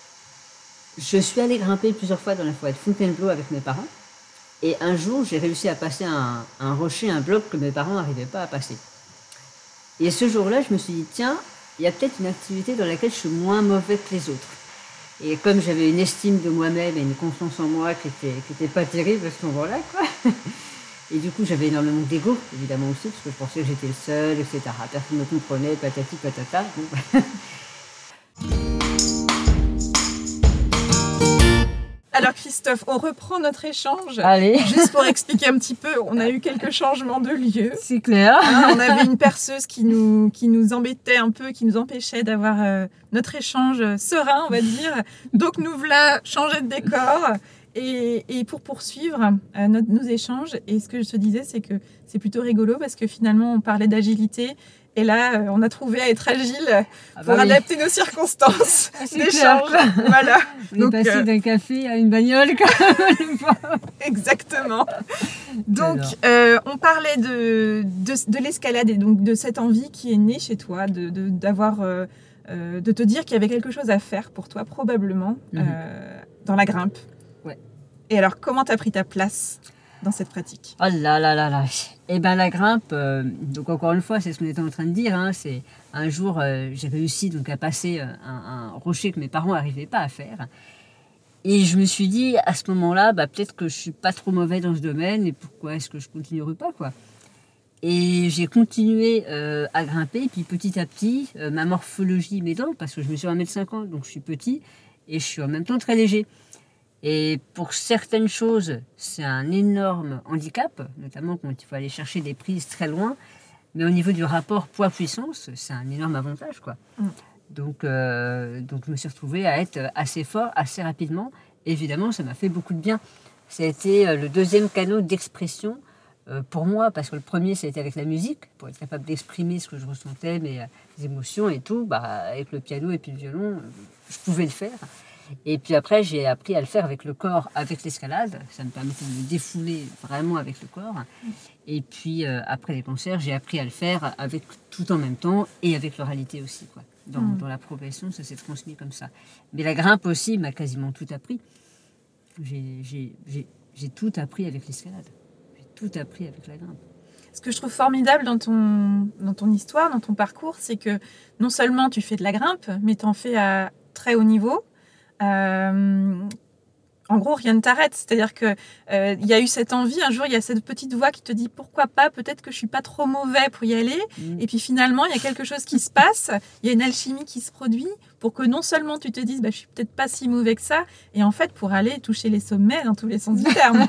je suis allée grimper plusieurs fois dans la forêt de Fontainebleau avec mes parents. Et un jour, j'ai réussi à passer un, un rocher, un bloc que mes parents n'arrivaient pas à passer. Et ce jour-là, je me suis dit, tiens, il y a peut-être une activité dans laquelle je suis moins mauvais que les autres. Et comme j'avais une estime de moi-même et une confiance en moi qui était, qui était pas terrible à ce moment-là, quoi. Et du coup, j'avais énormément d'ego, évidemment aussi, parce que je pensais que j'étais le seul, et cetera. Personne ne me comprenait, patati patata. Bon. Alors Christophe, on reprend notre échange. Allez. Juste pour expliquer un petit peu, on a eu quelques changements de lieu. C'est clair. Hein, on avait une perceuse qui nous, qui nous embêtait un peu, qui nous empêchait d'avoir euh, notre échange serein, on va dire. Donc nous voilà changer de décor. Et, et pour poursuivre euh, notre, nos échanges, et ce que je te disais, c'est que c'est plutôt rigolo parce que finalement on parlait d'agilité Et là, euh, on a trouvé à être agile Ah pour bah oui. adapter nos circonstances C'est d'échange. clair. Voilà. On Donc, est passé euh, d'un café à une bagnole. exactement. Donc, J'adore. euh, on parlait de, de, de l'escalade et donc de cette envie qui est née chez toi, de, de, d'avoir, euh, euh, de te dire qu'il y avait quelque chose à faire pour toi, probablement, Mhm. euh, dans la grimpe. Ouais. Et alors, comment tu as pris ta place dans cette pratique? Oh là là là là. Et ben la grimpe, euh, donc encore une fois, c'est ce qu'on était en train de dire. Hein, c'est un jour, euh, j'ai réussi donc à passer un, un rocher que mes parents n'arrivaient pas à faire. Et je me suis dit, à ce moment-là, bah, peut-être que je suis pas trop mauvais dans ce domaine et pourquoi est-ce que je continuerai pas, quoi. Et j'ai continué euh, à grimper, et puis petit à petit, euh, ma morphologie m'aidant, parce que je mesure un mètre cinquante, donc je suis petit, et je suis en même temps très léger. Et pour certaines choses, c'est un énorme handicap, notamment quand il faut aller chercher des prises très loin, mais au niveau du rapport poids-puissance, c'est un énorme avantage, quoi. Mm. Donc, euh, donc je me suis retrouvée à être assez fort, assez rapidement. Évidemment, ça m'a fait beaucoup de bien. Ça a été euh, le deuxième canal d'expression euh, pour moi, parce que le premier, ça a été avec la musique, pour être capable d'exprimer ce que je ressentais, mes, mes émotions et tout. Bah, avec le piano et puis le violon, euh, je pouvais le faire. Et puis après, j'ai appris à le faire avec le corps, avec l'escalade. Ça me permettait de me défouler vraiment avec le corps. Et puis euh, après les concerts, j'ai appris à le faire avec tout en même temps et avec l'oralité aussi, quoi. Dans, Mm. dans la progression, ça s'est transmis comme ça. Mais la grimpe aussi m'a quasiment tout appris. J'ai, j'ai, j'ai, j'ai tout appris avec l'escalade. J'ai tout appris avec la grimpe. Ce que je trouve formidable dans ton, dans ton histoire, dans ton parcours, c'est que non seulement tu fais de la grimpe, mais tu en fais à très haut niveau. Euh, en gros, rien ne t'arrête. C'est-à-dire qu'il euh, y a eu cette envie, un jour, il y a cette petite voix qui te dit pourquoi pas, peut-être que je suis pas trop mauvais pour y aller. Mm. Et puis finalement, il y a quelque chose qui se passe, il y a une alchimie qui se produit pour que non seulement tu te dises bah, je suis peut-être pas si mauvais que ça, et en fait, pour aller toucher les sommets dans tous les sens du terme.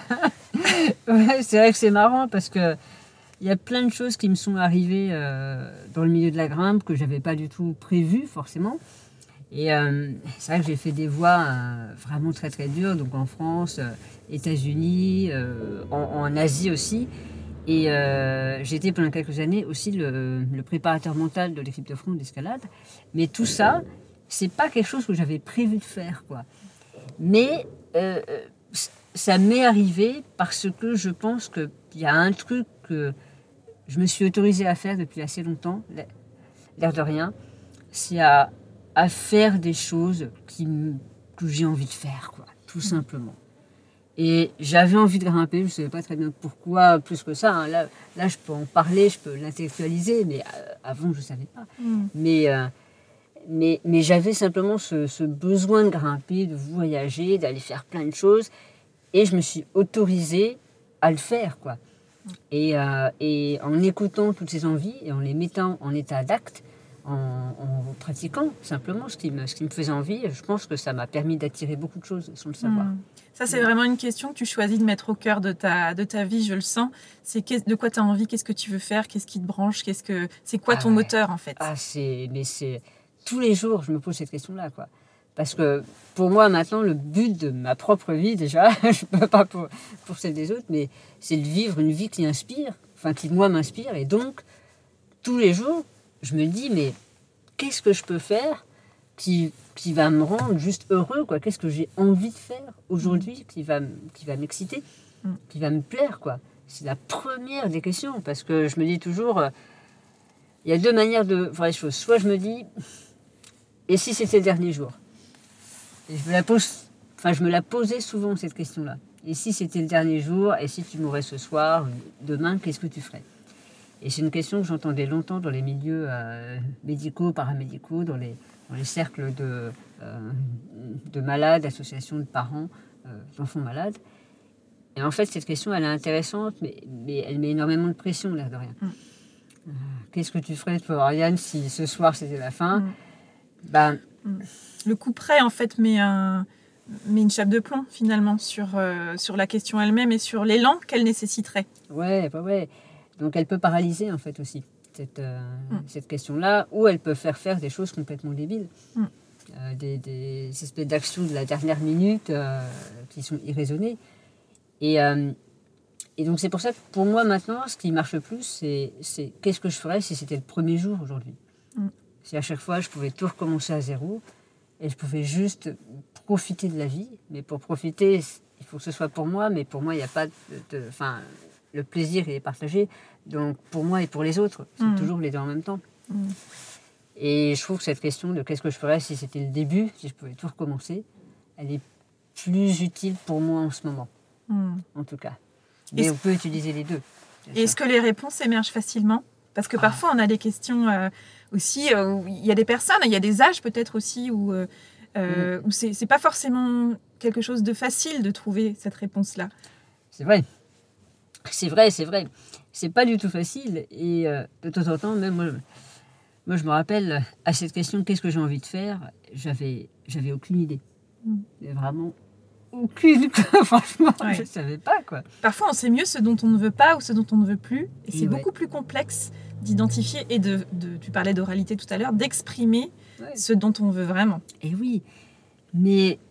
Ouais, c'est vrai que c'est marrant parce que il y a plein de choses qui me sont arrivées euh, dans le milieu de la grimpe que j'avais pas du tout prévues forcément. Et euh, c'est vrai que j'ai fait des voies euh, vraiment très très dures, donc en France, euh, États-Unis, euh, en, en Asie aussi. Et euh, j'ai été pendant quelques années aussi le, le préparateur mental de l'équipe de France d'escalade. Mais tout ça, c'est pas quelque chose que j'avais prévu de faire, quoi. Mais euh, ça m'est arrivé parce que je pense qu'il y a un truc que je me suis autorisée à faire depuis assez longtemps, l'air de rien, c'est à à faire des choses qui, que j'ai envie de faire, quoi, tout simplement. Et j'avais envie de grimper, je ne savais pas très bien pourquoi, plus que ça. Hein. Là, là, je peux en parler, je peux l'intellectualiser, mais euh, avant, je ne savais pas. Mm. Mais, euh, mais, mais j'avais simplement ce, ce besoin de grimper, de voyager, d'aller faire plein de choses. Et je me suis autorisée à le faire, quoi. Et, euh, et en écoutant toutes ces envies et en les mettant en état d'acte, En, en pratiquant simplement ce qui, me, ce qui me faisait envie, je pense que ça m'a permis d'attirer beaucoup de choses sans le savoir. Mmh. Ça, c'est vraiment une question que tu choisis de mettre au cœur de ta, de ta vie, je le sens. C'est de quoi tu as envie, qu'est-ce que tu veux faire, qu'est-ce qui te branche, qu'est-ce que, c'est quoi ah ton ouais. moteur en fait. Ah, c'est, mais c'est, tous les jours, je me pose cette question-là, quoi. Parce que pour moi, maintenant, le but de ma propre vie, déjà, je ne peux pas pour, pour celle des autres, mais c'est de vivre une vie qui inspire, enfin qui, moi, m'inspire. Et donc, tous les jours, je me dis, mais qu'est-ce que je peux faire qui, qui va me rendre juste heureux, quoi. Qu'est-ce que j'ai envie de faire aujourd'hui qui va, qui va m'exciter, mm. qui va me plaire, quoi. C'est la première des questions, parce que je me dis toujours, euh, il y a deux manières de voir les choses. Soit je me dis, et si c'était le dernier jour? Et je me la pose, enfin, je me la posais souvent, cette question-là. Et si c'était le dernier jour, et si tu mourais ce soir, demain, qu'est-ce que tu ferais? Et c'est une question que j'entendais longtemps dans les milieux euh, médicaux, paramédicaux, dans les, dans les cercles de, euh, de malades, associations de parents, euh, d'enfants malades. Et en fait, cette question, elle est intéressante, mais, mais elle met énormément de pression, l'air de rien. Mm. Euh, Qu'est-ce que tu ferais, toi, Ariane, si ce soir, c'était la fin? mm. Ben, mm. Le coup près, en fait, met, un, met une chape de plomb, finalement, sur, euh, sur la question elle-même et sur l'élan qu'elle nécessiterait. Ouais, ouais, ouais. Donc elle peut paralyser en fait aussi, cette, euh, mm. cette question-là, ou elle peut faire faire des choses complètement débiles, mm. euh, des, des espèces d'actions de la dernière minute euh, qui sont irraisonnées. Et, euh, et donc c'est pour ça que pour moi maintenant, ce qui marche le plus, c'est, c'est qu'est-ce que je ferais si c'était le premier jour aujourd'hui. Mm. Si à chaque fois je pouvais tout recommencer à zéro et je pouvais juste profiter de la vie. Mais pour profiter, il faut que ce soit pour moi, mais pour moi il n'y a pas de... Enfin, le plaisir il est partagé, donc pour moi et pour les autres, c'est mm. toujours les deux en même temps. Mm. Et je trouve que cette question de qu'est-ce que je ferais si c'était le début, si je pouvais tout recommencer, elle est plus utile pour moi en ce moment, mm. en tout cas. Mais est-ce... on peut utiliser les deux. Et est-ce que les réponses émergent facilement ? Parce que parfois, ah. on a des questions euh, aussi, euh, où il y a des personnes, il y a des âges peut-être aussi, où, euh, euh, mm. où c'est, c'est pas forcément quelque chose de facile de trouver cette réponse-là. C'est vrai. C'est vrai, c'est vrai. C'est pas du tout facile. Et euh, de temps en temps, même moi, moi, je me rappelle, à cette question, qu'est-ce que j'ai envie de faire ? J'avais, j'avais aucune idée. Mm. Mais vraiment aucune, quoi. Franchement, ouais. Je ne savais pas, quoi. Parfois, on sait mieux ce dont on ne veut pas ou ce dont on ne veut plus. Et, et c'est ouais. beaucoup plus complexe d'identifier et de, de, tu parlais d'oralité tout à l'heure, d'exprimer ouais. ce dont on veut vraiment. Et oui, mais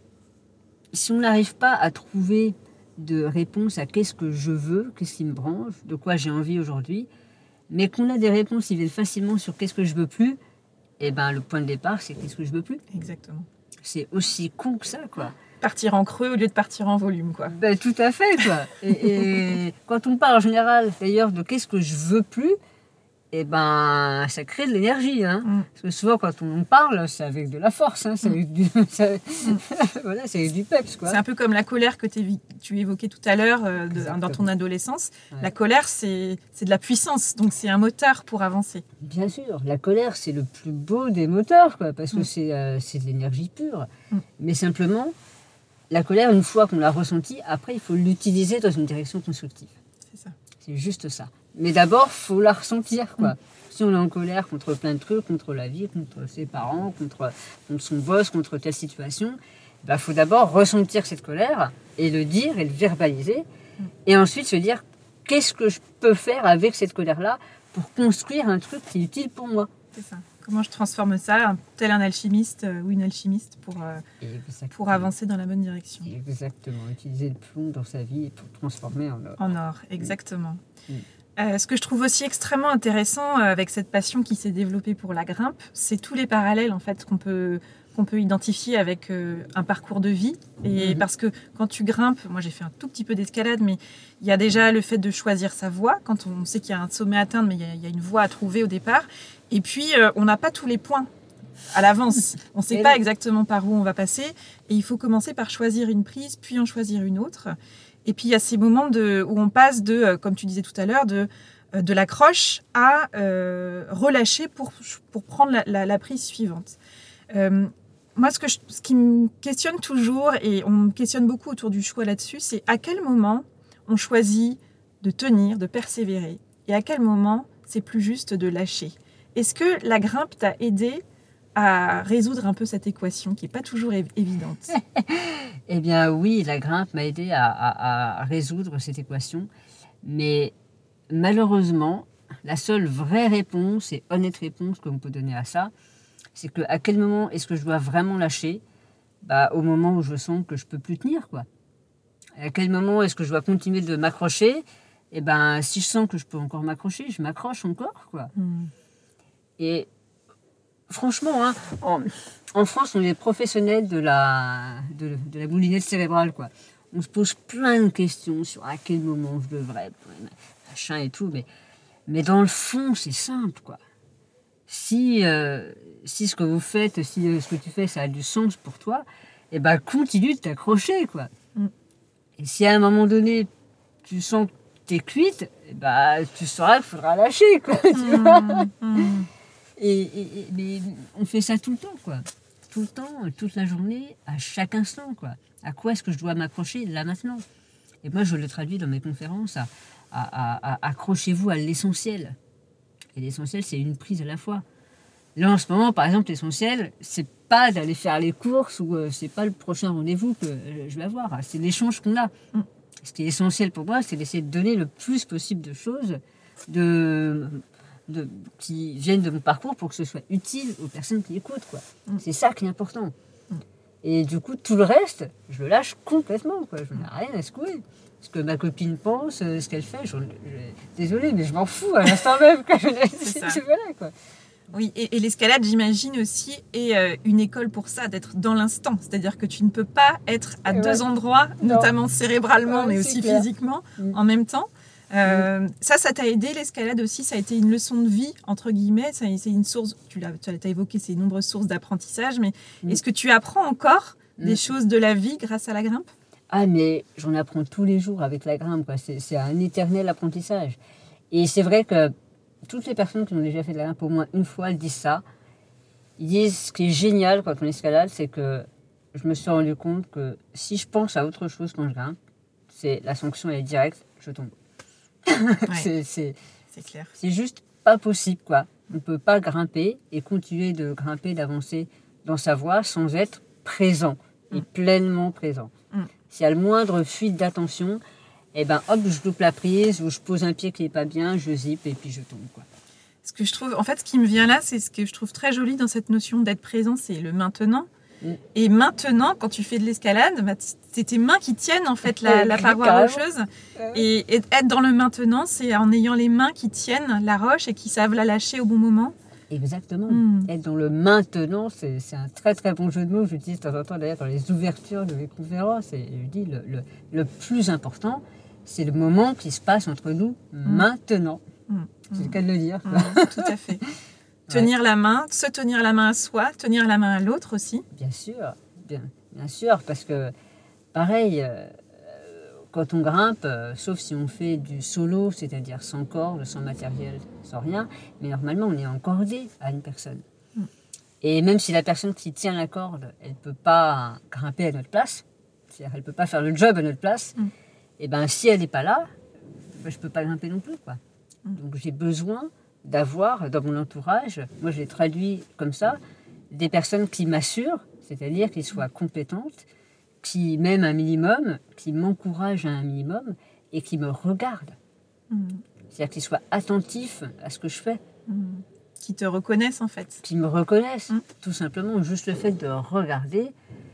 si on n'arrive pas à trouver de réponse à qu'est-ce que je veux, qu'est-ce qui me branche, de quoi j'ai envie aujourd'hui, mais qu'on a des réponses qui viennent facilement sur qu'est-ce que je veux plus, et ben le point de départ, c'est qu'est-ce que je veux plus. Exactement. C'est aussi con que ça, quoi. Partir en creux au lieu de partir en volume, quoi. Ben, tout à fait, quoi. Et, et quand on parle en général, d'ailleurs, de qu'est-ce que je veux plus, et ben, ça crée de l'énergie, hein. Mm. Parce que souvent, quand on en parle, c'est avec de la force, hein. C'est, mm. avec, du, ça, mm. voilà, c'est avec du peps, quoi. C'est un peu comme la colère que tu évoquais tout à l'heure euh, de, dans ton adolescence. Ouais. La colère, c'est, c'est de la puissance, donc c'est un moteur pour avancer. Bien sûr, la colère, c'est le plus beau des moteurs, quoi, parce que mm. c'est, euh, c'est de l'énergie pure. Mm. Mais simplement, la colère, une fois qu'on l'a ressentie, après, il faut l'utiliser dans une direction constructive. C'est ça. C'est juste ça. Mais d'abord, il faut la ressentir, quoi. Mmh. Si on est en colère contre plein de trucs, contre la vie, contre ses parents, contre, contre son boss, contre telle situation, il bah, faut d'abord ressentir cette colère et le dire et le verbaliser. Mmh. Et ensuite se dire, qu'est-ce que je peux faire avec cette colère-là pour construire un truc qui est utile pour moi. C'est ça. Comment je transforme ça, tel un alchimiste euh, ou une alchimiste, pour, euh, pour avancer dans la bonne direction. Exactement. Utiliser le plomb dans sa vie pour transformer en or. En or, exactement. Mmh. Euh, ce que je trouve aussi extrêmement intéressant euh, avec cette passion qui s'est développée pour la grimpe, c'est tous les parallèles en fait qu'on peut, qu'on peut identifier avec euh, un parcours de vie. Et mmh. parce que quand tu grimpes, moi j'ai fait un tout petit peu d'escalade, mais il y a déjà le fait de choisir sa voie, quand on sait qu'il y a un sommet à atteindre, mais il y a, il y a une voie à trouver au départ. Et puis euh, on n'a pas tous les points à l'avance. On ne sait pas exactement par où on va passer. Et il faut commencer par choisir une prise, puis en choisir une autre. Et puis, il y a ces moments de, où on passe de, comme tu disais tout à l'heure, de, de l'accroche à euh, relâcher pour, pour prendre la, la, la prise suivante. Euh, moi, ce, que je, ce qui me questionne toujours, et on me questionne beaucoup autour du choix là-dessus, c'est à quel moment on choisit de tenir, de persévérer, et à quel moment c'est plus juste de lâcher. Est-ce que la grimpe t'a aidé à résoudre un peu cette équation qui n'est pas toujours évidente? Eh bien oui, la grimpe m'a aidé à, à, à résoudre cette équation. Mais malheureusement, la seule vraie réponse et honnête réponse qu'on peut donner à ça, c'est que à quel moment est-ce que je dois vraiment lâcher? Bah, au moment où je sens que je ne peux plus tenir, quoi. À quel moment est-ce que je dois continuer de m'accrocher? Eh ben, si je sens que je peux encore m'accrocher, je m'accroche encore, quoi. Mm. Et franchement, hein, en, en France, on est professionnels de la, de, de la moulinette cérébrale, quoi. On se pose plein de questions sur à quel moment je devrais, machin et tout, mais, mais dans le fond, c'est simple, quoi. Si, euh, si ce que vous faites, si euh, ce que tu fais, ça a du sens pour toi, eh ben, continue de t'accrocher, quoi. Mm. Et si à un moment donné, tu sens que t'es cuite, eh ben, tu sauras qu'il faudra lâcher, quoi, tu mm. vois. Mm. Et, et, et, mais on fait ça tout le temps, quoi. Tout le temps, toute la journée, à chaque instant, quoi. À quoi est-ce que je dois m'accrocher là maintenant? Et moi, je le traduis dans mes conférences à, à, à, à accrochez-vous à l'essentiel. Et l'essentiel, c'est une prise à la fois. Là, en ce moment, par exemple, l'essentiel, c'est pas d'aller faire les courses ou euh, c'est pas le prochain rendez-vous que euh, je vais avoir. C'est l'échange qu'on a. Mm. Ce qui est essentiel pour moi, c'est d'essayer de donner le plus possible de choses de... De, qui viennent de mon parcours pour que ce soit utile aux personnes qui écoutent, quoi. Mm. C'est ça qui est important. Mm. Et du coup, tout le reste, je le lâche complètement, quoi. Je n'ai rien à secouer. ce que ma copine pense, euh, ce qu'elle fait. Je, je, désolée, mais je m'en fous à l'instant même. Quoi. C'est ça. Voilà, quoi. Oui, et, et l'escalade, j'imagine aussi, est euh, une école pour ça, d'être dans l'instant. C'est-à-dire que tu ne peux pas être à ouais. deux endroits, non. notamment cérébralement, ouais, mais aussi clair. physiquement, mmh. en même temps. Euh, mmh. Ça, ça t'a aidé, l'escalade aussi, ça a été une leçon de vie, entre guillemets. Ça, c'est une source, tu l'as, tu as évoqué ces nombreuses sources d'apprentissage, mais mmh. est-ce que tu apprends encore mmh. des choses de la vie grâce à la grimpe ? Ah, mais j'en apprends tous les jours avec la grimpe, quoi. C'est, c'est un éternel apprentissage. Et c'est vrai que toutes les personnes qui ont déjà fait de la grimpe au moins une fois, elles disent ça. Ils disent ce qui est génial quand on escalade, c'est que je me suis rendu compte que si je pense à autre chose quand je grimpe, c'est la sanction elle est directe, je tombe. Ouais, c'est, c'est, c'est clair. C'est juste pas possible, quoi. On ne peut pas grimper et continuer de grimper, d'avancer dans sa voie sans être présent et mm. pleinement présent. Mm. S'il y a le moindre fuite d'attention, eh ben hop, je loupe la prise ou je pose un pied qui n'est pas bien, je zippe et puis je tombe, quoi. Ce que je trouve, en fait, ce qui me vient là, c'est ce que je trouve très joli dans cette notion d'être présent, c'est le maintenant. Mm. Et maintenant, quand tu fais de l'escalade, bah, c'est tes mains qui tiennent en fait la, la paroi rocheuse. Et, et être dans le maintenant, c'est en ayant les mains qui tiennent la roche et qui savent la lâcher au bon moment. Exactement. Mm. Être dans le maintenant, c'est, c'est un très très bon jeu de mots. J'utilise de temps en temps d'ailleurs dans les ouvertures de mes conférences. Et je dis le, le, le plus important, c'est le moment qui se passe entre nous mm. maintenant. Mm. C'est le cas de le dire. Mm. Tout à fait. Tenir ouais. la main, se tenir la main à soi, tenir la main à l'autre aussi. Bien sûr, bien, bien sûr, parce que pareil, euh, quand on grimpe, euh, sauf si on fait du solo, c'est-à-dire sans corde, sans matériel, sans rien, mais normalement on est encordé à une personne. Mm. Et même si la personne qui tient la corde, elle ne peut pas grimper à notre place, c'est-à-dire elle ne peut pas faire le job à notre place, mm. et ben si elle n'est pas là, ben, je ne peux pas grimper non plus, quoi. Mm. Donc j'ai besoin d'avoir dans mon entourage, moi je l'ai traduit comme ça, des personnes qui m'assurent, c'est-à-dire qui soient compétentes, qui m'aiment un minimum, qui m'encouragent à un minimum et qui me regardent. Mmh. C'est-à-dire qu'ils soient attentifs à ce que je fais. Mmh. Qui te reconnaissent en fait. Qui me reconnaissent, mmh. tout simplement. Juste le fait de regarder,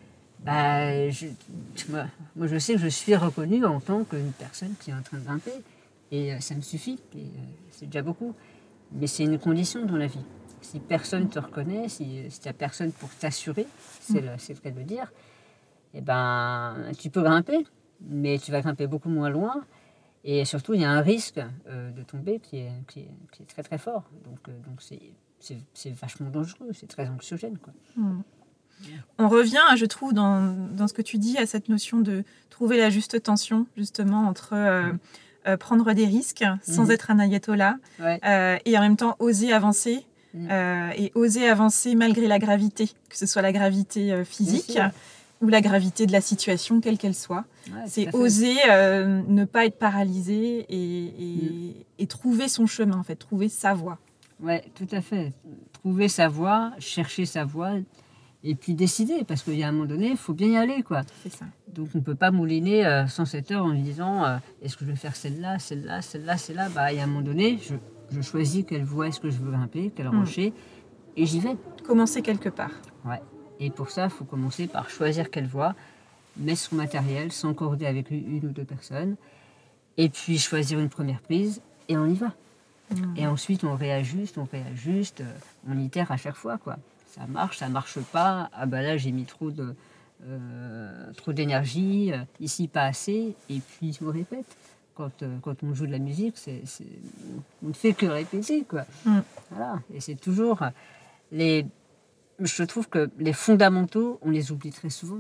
bah, je, moi, moi je sais que je suis reconnue en tant qu'une personne qui est en train de grimper. Et euh, ça me suffit, et, euh, c'est déjà beaucoup. Mais c'est une condition dans la vie. Si personne ne te reconnaît, si il n'y a personne pour t'assurer, c'est, mmh. le, c'est le cas de le dire, eh ben, tu peux grimper, mais tu vas grimper beaucoup moins loin. Et surtout, il y a un risque euh, de tomber qui est, qui, est, qui est très très fort. Donc, euh, donc c'est, c'est, c'est vachement dangereux, c'est très anxiogène, quoi. Mmh. On revient, je trouve, dans, dans ce que tu dis, à cette notion de trouver la juste tension, justement, entre... Euh, mmh. Euh, prendre des risques sans mmh. être un ayatollah ouais. euh, et en même temps oser avancer mmh. euh, et oser avancer malgré la gravité, que ce soit la gravité euh, physique ou la gravité de la situation, quelle qu'elle soit. Ouais, c'est oser euh, ne pas être paralysé et, et, mmh. et trouver son chemin, en fait, trouver sa voie. Oui, tout à fait. Trouver sa voie, chercher sa voie et puis décider, parce qu'il y a un moment donné, il faut bien y aller, quoi. C'est ça. Donc on ne peut pas mouliner euh, cent sept heures en lui disant euh, est-ce que je vais faire celle-là, celle-là, celle-là, celle-là. Bah, il y a un moment donné, je, je choisis quelle voie est-ce que je veux grimper, quel mmh. rocher, et j'y vais. Commencer quelque part. Ouais. Et pour ça, il faut commencer par choisir quelle voie, mettre son matériel, s'encorder avec une ou deux personnes, et puis choisir une première prise, et on y va. Mmh. Et ensuite, on réajuste, on réajuste, on itère à chaque fois, quoi. Ça marche, ça marche pas. Ah bah là, j'ai mis trop de... Euh, trop d'énergie, euh, ici pas assez, et puis on répète. Quand, euh, quand on joue de la musique, c'est, c'est, on ne fait que répéter, quoi. Mm. Voilà. Et c'est toujours les. Je trouve que les fondamentaux, on les oublie très souvent.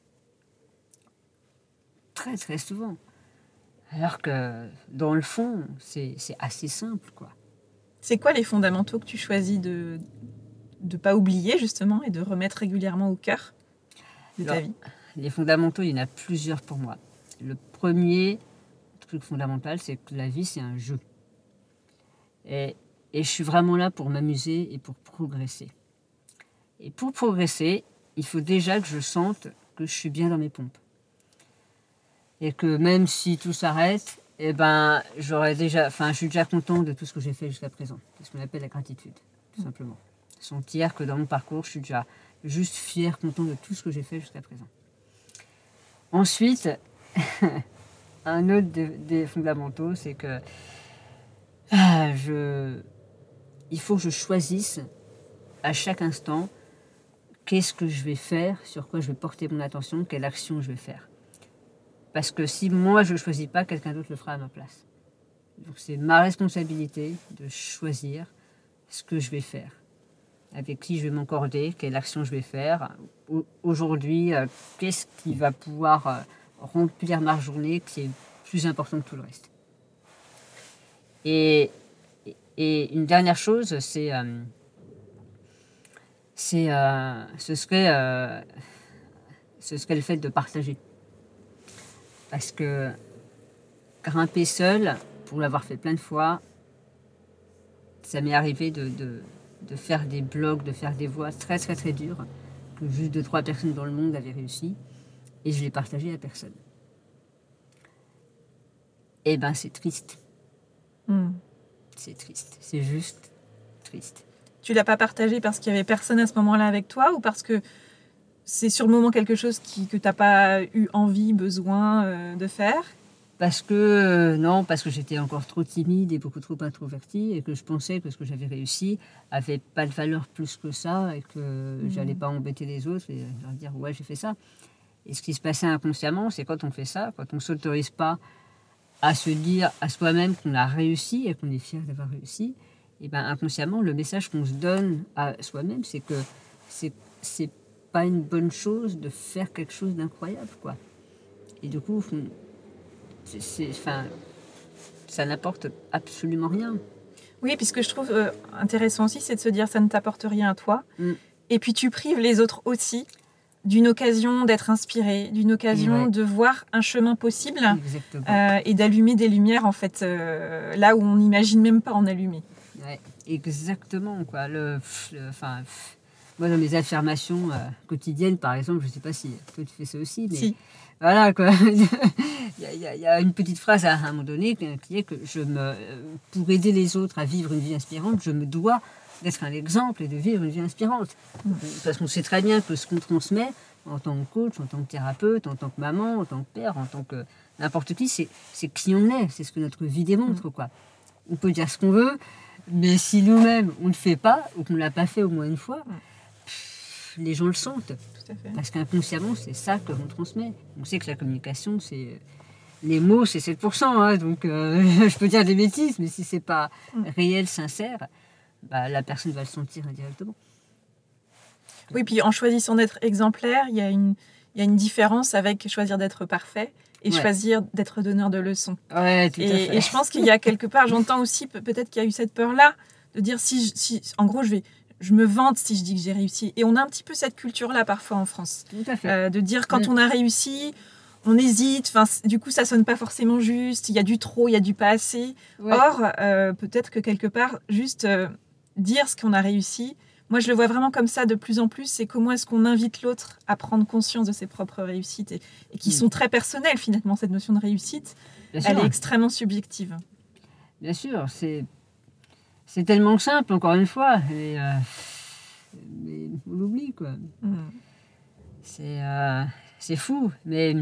Très très souvent. Alors que dans le fond, c'est, c'est assez simple, quoi. C'est quoi les fondamentaux que tu choisis de ne pas oublier, justement, et de remettre régulièrement au cœur de ta vie? Les fondamentaux, il y en a plusieurs pour moi. Le premier truc fondamental, c'est que la vie, c'est un jeu. Et, et je suis vraiment là pour m'amuser et pour progresser. Et pour progresser, il faut déjà que je sente que je suis bien dans mes pompes. Et que même si tout s'arrête, eh ben, j'aurais déjà, enfin, je suis déjà content de tout ce que j'ai fait jusqu'à présent. C'est ce qu'on appelle la gratitude, tout simplement. Sentir que dans mon parcours, je suis déjà juste fier, content de tout ce que j'ai fait jusqu'à présent. Ensuite, un autre des, des fondamentaux, c'est que ah, je, il faut que je choisisse à chaque instant qu'est-ce que je vais faire, sur quoi je vais porter mon attention, quelle action je vais faire. Parce que si moi je ne choisis pas, quelqu'un d'autre le fera à ma place. Donc c'est ma responsabilité de choisir ce que je vais faire, avec qui je vais m'accorder, quelle action je vais faire. Aujourd'hui, euh, qu'est-ce qui va pouvoir euh, remplir ma journée qui est plus important que tout le reste. Et, et une dernière chose, c'est, euh, c'est euh, ce serait, euh, ce serait le fait de partager. Parce que grimper seul, pour l'avoir fait plein de fois, ça m'est arrivé de, de, de faire des blogs, de faire des voix très très très dures, que juste deux, trois personnes dans le monde avaient réussi, et je l'ai partagé à personne. Eh ben c'est triste. Mm. C'est triste. C'est juste triste. Tu l'as pas partagé parce qu'il y avait personne à ce moment-là avec toi, ou parce que c'est sur le moment quelque chose qui, que tu n'as pas eu envie, besoin euh, de faire? Parce que, euh, non, parce que j'étais encore trop timide et beaucoup trop introvertie, et que je pensais que ce que j'avais réussi avait pas de valeur plus que ça, et que mmh. j'allais pas embêter les autres et leur dire ouais j'ai fait ça. Et ce qui se passait inconsciemment, c'est quand on fait ça, quand on s'autorise pas à se dire à soi-même qu'on a réussi et qu'on est fier d'avoir réussi, et ben inconsciemment le message qu'on se donne à soi-même, c'est que c'est c'est pas une bonne chose de faire quelque chose d'incroyable, quoi. Et du coup, on, C'est, c'est, enfin, ça n'apporte absolument rien. Oui, puis ce que je trouve euh, intéressant aussi, c'est de se dire ça ne t'apporte rien à toi. Mm. Et puis tu prives les autres aussi d'une occasion d'être inspiré, d'une occasion ouais. de voir un chemin possible euh, et d'allumer des lumières en fait euh, là où on n'imagine même pas en allumer. Ouais, exactement, quoi. Le, le, enfin, moi, dans mes affirmations euh, quotidiennes, par exemple, je ne sais pas si toi tu fais ça aussi, mais si. Voilà, quoi. Il y, a, il y a une petite phrase à un moment donné qui est que je me, pour aider les autres à vivre une vie inspirante, je me dois d'être un exemple et de vivre une vie inspirante. Mmh. Parce qu'on sait très bien que ce qu'on transmet en tant que coach, en tant que thérapeute, en tant que maman, en tant que père, en tant que n'importe qui, c'est, c'est qui on est, c'est ce que notre vie démontre, quoi. On peut dire ce qu'on veut, mais si nous-mêmes on ne le fait pas, ou qu'on ne l'a pas fait au moins une fois, pff, les gens le sentent. Tout à fait. Parce qu'inconsciemment, c'est ça que l'on transmet. On sait que la communication, c'est... Les mots, c'est sept pour cent, hein, donc euh, je peux dire des bêtises, mais si c'est pas réel, sincère, bah, la personne va le sentir indirectement. Oui, puis en choisissant d'être exemplaire, il y a une, il y a une différence avec choisir d'être parfait et ouais. choisir d'être donneur de leçons. Ouais, tout et, à fait. Et je pense qu'il y a quelque part, j'entends aussi peut-être qu'il y a eu cette peur-là, de dire si, si en gros, je vais... je me vante si je dis que j'ai réussi. Et on a un petit peu cette culture-là parfois en France. Tout à fait. Euh, de dire quand mmh. on a réussi, on hésite. Enfin, du coup, ça sonne pas forcément juste. Il y a du trop, il y a du pas assez. Ouais. Or, euh, peut-être que quelque part, juste euh, dire ce qu'on a réussi. Moi, je le vois vraiment comme ça de plus en plus. C'est comment est-ce qu'on invite l'autre à prendre conscience de ses propres réussites et, et qui mmh. sont très personnelles finalement. Cette notion de réussite, Bien elle sûr. Est extrêmement subjective. Bien sûr, c'est C'est tellement simple, encore une fois, mais, euh, mais on l'oublie, quoi. Mmh. C'est, euh, c'est fou, mais,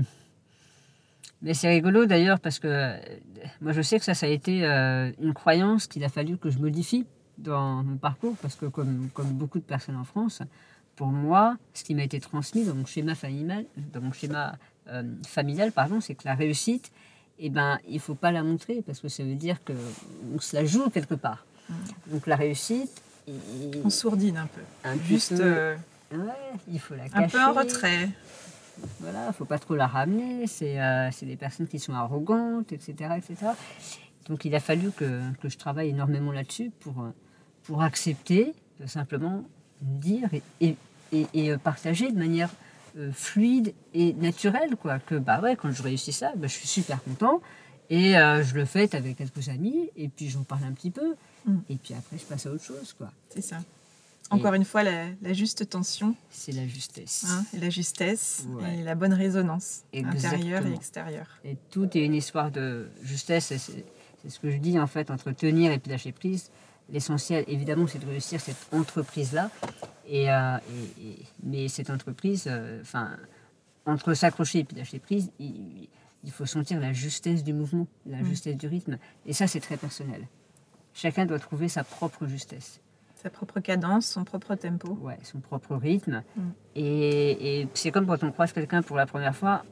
mais c'est rigolo d'ailleurs, parce que euh, moi je sais que ça, ça a été euh, une croyance qu'il a fallu que je modifie dans mon parcours, parce que comme, comme beaucoup de personnes en France, pour moi, ce qui m'a été transmis dans mon schéma familial, dans mon schéma, euh, familial pardon, c'est que la réussite, eh ben, il ne faut pas la montrer, parce que ça veut dire qu'on se la joue quelque part. Donc la réussite... Il... On sourdine un peu. Un Juste... peu... Euh... Ouais, il faut la cacher. Un peu en retrait. Voilà, il ne faut pas trop la ramener. C'est, euh, c'est des personnes qui sont arrogantes, et cetera, et cetera. Donc il a fallu que, que je travaille énormément là-dessus pour, pour accepter de simplement dire et, et, et, et partager de manière euh, fluide et naturelle, quoi. Que bah ouais, quand je réussis ça, bah, je suis super content. Et euh, je le fête avec quelques amis, et puis j'en parle un petit peu. Mmh. Et puis après, je passe à autre chose, quoi. C'est ça. Encore et une fois, la, la juste tension. C'est la justesse. Hein, et la justesse, ouais. Et la bonne résonance, Exactement. Intérieure et extérieure. Et tout est une histoire de justesse. C'est, c'est ce que je dis, en fait, entre tenir et puis lâcher prise. L'essentiel, évidemment, c'est de réussir cette entreprise-là. Et, euh, et, et, mais cette entreprise, enfin, euh, entre s'accrocher et puis lâcher prise, il, il faut sentir la justesse du mouvement, la Mmh. justesse du rythme. Et ça, c'est très personnel. Chacun doit trouver sa propre justesse. Sa propre cadence, son propre tempo. Ouais, son propre rythme. Mm. Et, et c'est comme quand on croise quelqu'un pour la première fois,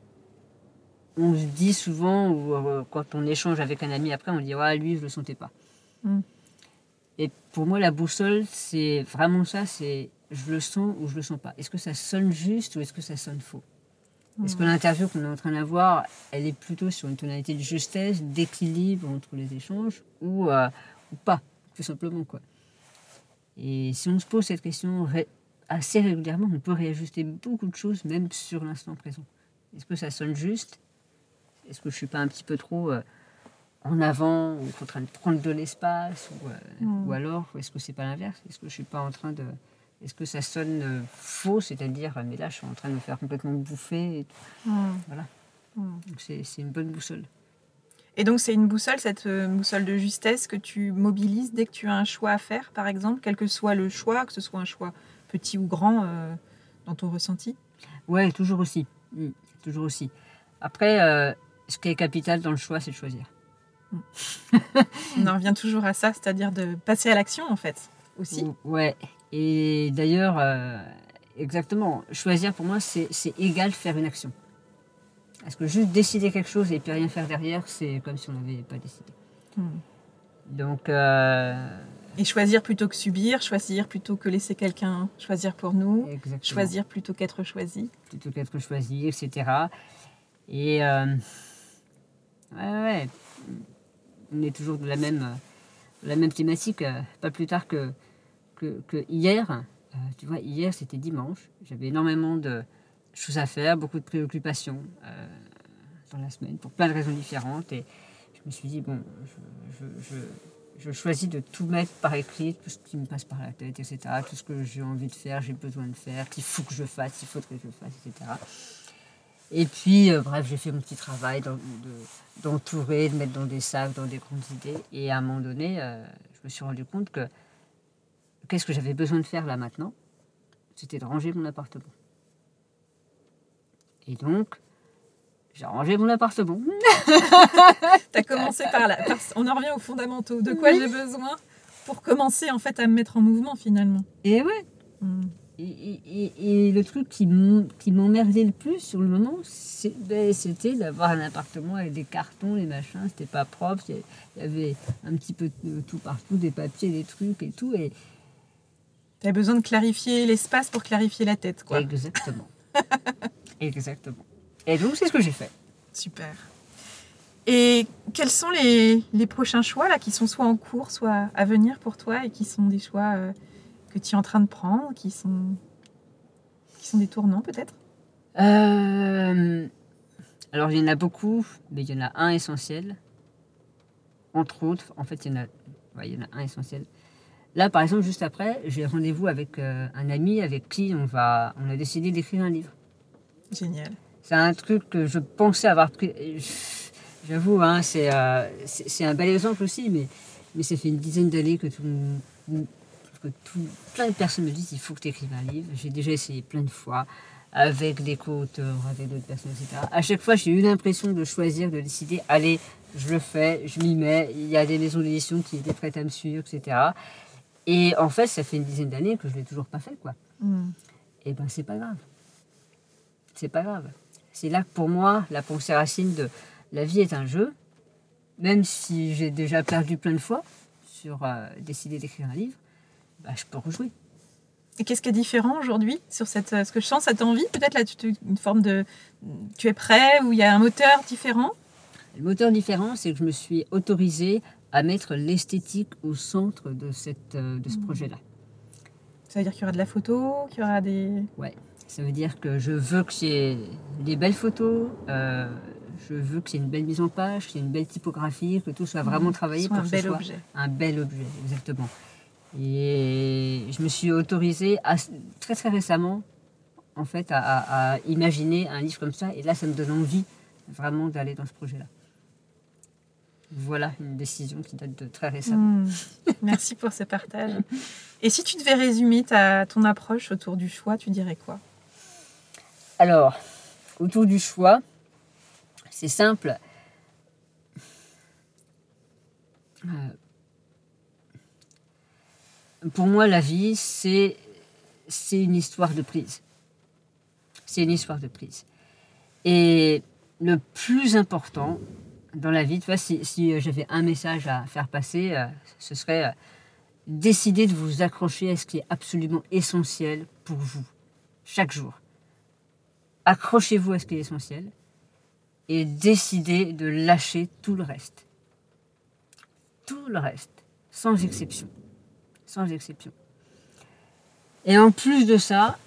on se dit souvent, ou euh, quand on échange avec un ami après, on dit « Ouais, lui, je le sentais pas. Mm. » Et pour moi, la boussole, c'est vraiment ça, c'est je le sens ou je le sens pas. Est-ce que ça sonne juste ou est-ce que ça sonne faux? Mm. Est-ce que l'interview qu'on est en train d'avoir, elle est plutôt sur une tonalité de justesse, d'équilibre entre les échanges ou, euh, ou pas, tout simplement, quoi. Et si on se pose cette question ré- assez régulièrement, on peut réajuster beaucoup de choses, même sur l'instant présent. Est-ce que ça sonne juste? Est-ce que je ne suis pas un petit peu trop euh, en avant, ou en train de prendre de l'espace? Ou, euh, Mm. ou alors, est-ce que c'est pas l'inverse? Est-ce que je suis pas en train de... Est-ce que ça sonne euh, faux? C'est-à-dire, euh, mais là, je suis en train de me faire complètement bouffer. Et tout. Mm. Voilà. Mm. Donc c'est, c'est une bonne boussole. Et donc c'est une boussole, cette euh, boussole de justesse que tu mobilises dès que tu as un choix à faire, par exemple, quel que soit le choix, que ce soit un choix petit ou grand euh, dans ton ressenti? Ouais, toujours aussi. Mm, toujours aussi. Après, euh, ce qui est capital dans le choix, c'est de choisir. On en revient toujours à ça, c'est-à-dire de passer à l'action, en fait, aussi. Ou- Ouais. Et d'ailleurs, euh, exactement, choisir pour moi, c'est, c'est égal faire une action. Parce que juste décider quelque chose et puis rien faire derrière, c'est comme si on n'avait pas décidé. Mm. Donc, euh, Et choisir plutôt que subir, choisir plutôt que laisser quelqu'un choisir pour nous, exactement. choisir plutôt qu'être choisi. Plutôt qu'être choisi, et cetera. Et euh, ouais, ouais, on est toujours de la même, de la même thématique. euh, Pas plus tard que, que, que hier. Euh, tu vois, hier c'était dimanche. J'avais énormément de choses à faire, beaucoup de préoccupations euh, dans la semaine pour plein de raisons différentes. Et je me suis dit, bon, je, je, je, je choisis de tout mettre par écrit, tout ce qui me passe par la tête, et cetera. Tout ce que j'ai envie de faire, j'ai besoin de faire, qu'il faut que je fasse, il faudrait que je fasse, et cetera. Et puis, euh, bref, j'ai fait mon petit travail d'en- de- d'entourer, de mettre dans des sacs, dans des grandes idées. Et à un moment donné, euh, je me suis rendu compte que qu'est-ce que j'avais besoin de faire là maintenant? C'était de ranger mon appartement. Et donc, j'ai rangé mon appartement. Tu as commencé par là. Par- On en revient aux fondamentaux. De quoi j'ai besoin pour commencer en fait à me mettre en mouvement finalement. Et ouais. Mm. Et, et- et- et le truc qui m'em- qui m'emmerdait le plus sur le moment, c'est- ben, c'était d'avoir un appartement avec des cartons, les machins, c'était pas propre, il y- il y avait un petit peu de tout partout, des papiers, des trucs et tout. Et Tu as besoin de clarifier l'espace pour clarifier la tête, quoi. exactement. Exactement. Et donc, c'est ce que j'ai fait. Super. Et quels sont les, les prochains choix là qui sont soit en cours, soit à venir pour toi et qui sont des choix euh, que tu es en train de prendre, qui sont, qui sont des tournants peut-être? Euh, alors, il y en a beaucoup, mais il y en a un essentiel. Entre autres, en fait, il y en a, ouais, il y en a un essentiel. Là, par exemple, juste après, j'ai rendez-vous avec euh, un ami avec qui on, va, on a décidé d'écrire un livre. Génial. C'est un truc que je pensais avoir pris. J'avoue, hein, c'est, euh, c'est, c'est un bel exemple aussi, mais, mais ça fait une dizaine d'années que, tout, que tout, plein de personnes me disent il faut que tu écrives un livre. J'ai déjà essayé plein de fois, avec des co-auteurs, avec d'autres personnes, et cetera. À chaque fois, j'ai eu l'impression de choisir, de décider allez, je le fais, je m'y mets. Il y a des maisons d'édition qui étaient prêtes à me suivre, et cetera. Et en fait, ça fait une dizaine d'années que je ne l'ai toujours pas fait, quoi. Mm. Et ben, c'est pas grave. C'est pas grave. C'est là que pour moi, la pensée racine de la vie est un jeu, même si j'ai déjà perdu plein de fois sur euh, décider d'écrire un livre, bah, je peux rejouer. Et qu'est-ce qui est différent aujourd'hui sur cette, ce que je sens cette envie peut-être là, tu, tu- une forme de, tu es prêt ou il y a un moteur différent? Le moteur différent, c'est que je me suis autorisée à mettre l'esthétique au centre de, cette, euh, de ce projet-là. Ça veut dire qu'il y aura de la photo, qu'il y aura des... Ouais, ça veut dire que je veux qu'il y ait des belles photos, euh, je veux qu'il y ait une belle mise en page, qu'il y ait une belle typographie, que tout soit vraiment travaillé soit pour un que bel ce soit objet. un bel objet, exactement. Et je me suis autorisée à- très très récemment en fait à, à- à imaginer un livre comme ça, et là ça me donne envie vraiment d'aller dans ce projet-là. Voilà une décision qui date de très récemment. Mm. Merci pour ce partage. Et si tu devais résumer ta, ton approche autour du choix, tu dirais quoi? Alors, autour du choix, C'est simple. Euh, pour moi, la vie, c'est, c'est une histoire de prise. C'est une histoire de prise. Et le plus important dans la vie, tu vois, si, si j'avais un message à faire passer, euh, ce serait euh, décider de vous accrocher à ce qui est absolument essentiel pour vous, chaque jour. Accrochez-vous à ce qui est essentiel et décidez de lâcher tout le reste. Tout le reste, sans exception. Sans exception. Et en plus de ça,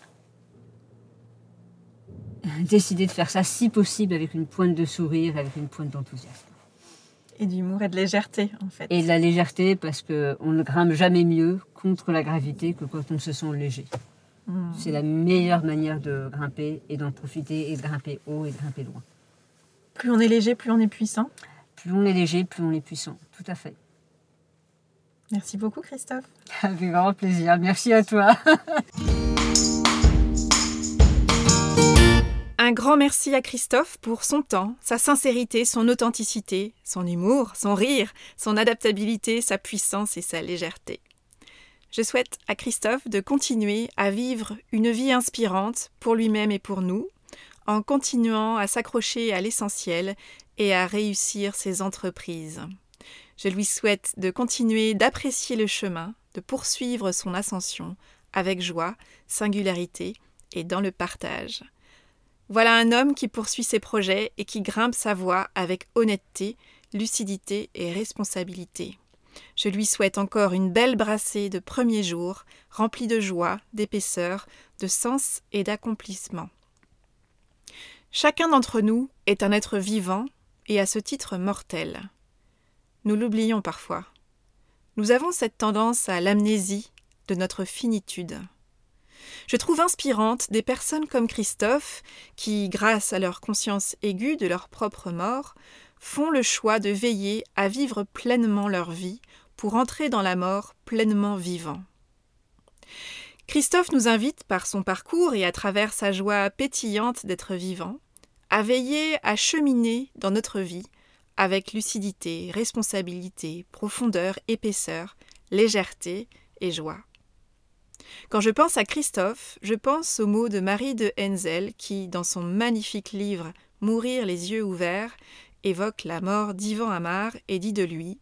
décidez de faire ça si possible avec une pointe de sourire, avec une pointe d'enthousiasme. Et d'humour et de légèreté, en fait. Et de la légèreté, parce qu'on ne grimpe jamais mieux contre la gravité que quand on se sent léger. Mmh. C'est la meilleure manière de grimper et d'en profiter et de grimper haut et de grimper loin. Plus on est léger, plus on est puissant. Plus on est léger, plus on est puissant. Tout à fait. Merci beaucoup, Christophe. Avec grand plaisir. Merci à toi. Un grand merci à Christophe pour son temps, sa sincérité, son authenticité, son humour, son rire, son adaptabilité, sa puissance et sa légèreté. Je souhaite à Christophe de continuer à vivre une vie inspirante pour lui-même et pour nous, en continuant à s'accrocher à l'essentiel et à réussir ses entreprises. Je lui souhaite de continuer d'apprécier le chemin, de poursuivre son ascension avec joie, singularité et dans le partage. Voilà un homme qui poursuit ses projets et qui grimpe sa voie avec honnêteté, lucidité et responsabilité. Je lui souhaite encore une belle brassée de premiers jours, remplie de joie, d'épaisseur, de sens et d'accomplissement. Chacun d'entre nous est un être vivant et à ce titre mortel. Nous l'oublions parfois. Nous avons cette tendance à l'amnésie de notre finitude. Je trouve inspirantes des personnes comme Christophe qui, grâce à leur conscience aiguë de leur propre mort, font le choix de veiller à vivre pleinement leur vie pour entrer dans la mort pleinement vivant. Christophe nous invite par son parcours et à travers sa joie pétillante d'être vivant, à veiller à cheminer dans notre vie avec lucidité, responsabilité, profondeur, épaisseur, légèreté et joie. Quand je pense à Christophe, je pense aux mots de Marie de Henzel qui, dans son magnifique livre « Mourir les yeux ouverts », évoque la mort d'Ivan Amar et dit de lui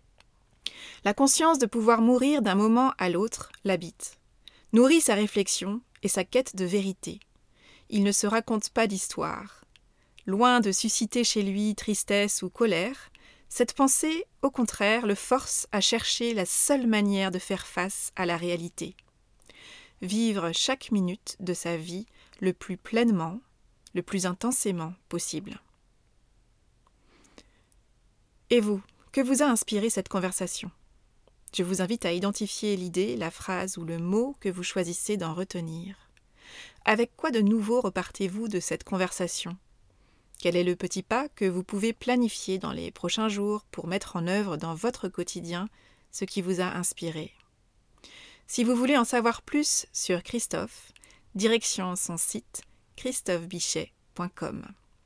« La conscience de pouvoir mourir d'un moment à l'autre l'habite, nourrit sa réflexion et sa quête de vérité. Il ne se raconte pas d'histoire. Loin de susciter chez lui tristesse ou colère, cette pensée, au contraire, le force à chercher la seule manière de faire face à la réalité. Vivre chaque minute de sa vie le plus pleinement, le plus intensément possible. » Et vous, que vous a inspiré cette conversation ? Je vous invite à identifier l'idée, la phrase ou le mot que vous choisissez d'en retenir. Avec quoi de nouveau repartez-vous de cette conversation ? Quel est le petit pas que vous pouvez planifier dans les prochains jours pour mettre en œuvre dans votre quotidien ce qui vous a inspiré ? Si vous voulez en savoir plus sur Christophe, direction son site christophe bichet point com.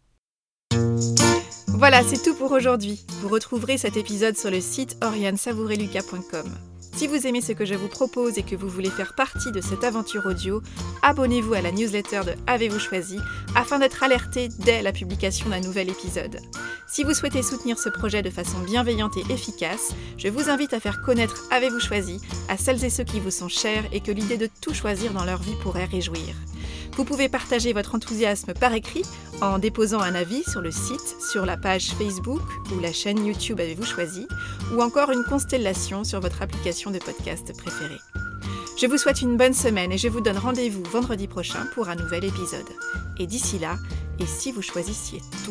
Voilà, c'est tout pour aujourd'hui. Vous retrouverez cet épisode sur le site oriane savouré lucas point com. Si vous aimez ce que je vous propose et que vous voulez faire partie de cette aventure audio, abonnez-vous à la newsletter de Avez-vous choisi afin d'être alerté dès la publication d'un nouvel épisode. Si vous souhaitez soutenir ce projet de façon bienveillante et efficace, je vous invite à faire connaître Avez-vous choisi à celles et ceux qui vous sont chers et que l'idée de tout choisir dans leur vie pourrait réjouir. Vous pouvez partager votre enthousiasme par écrit en déposant un avis sur le site, sur la page Facebook ou la chaîne YouTube Avez-vous choisi, ou encore une constellation sur votre application de podcast préférée. Je vous souhaite une bonne semaine et je vous donne rendez-vous vendredi prochain pour un nouvel épisode. Et d'ici là, et si vous choisissiez tout ?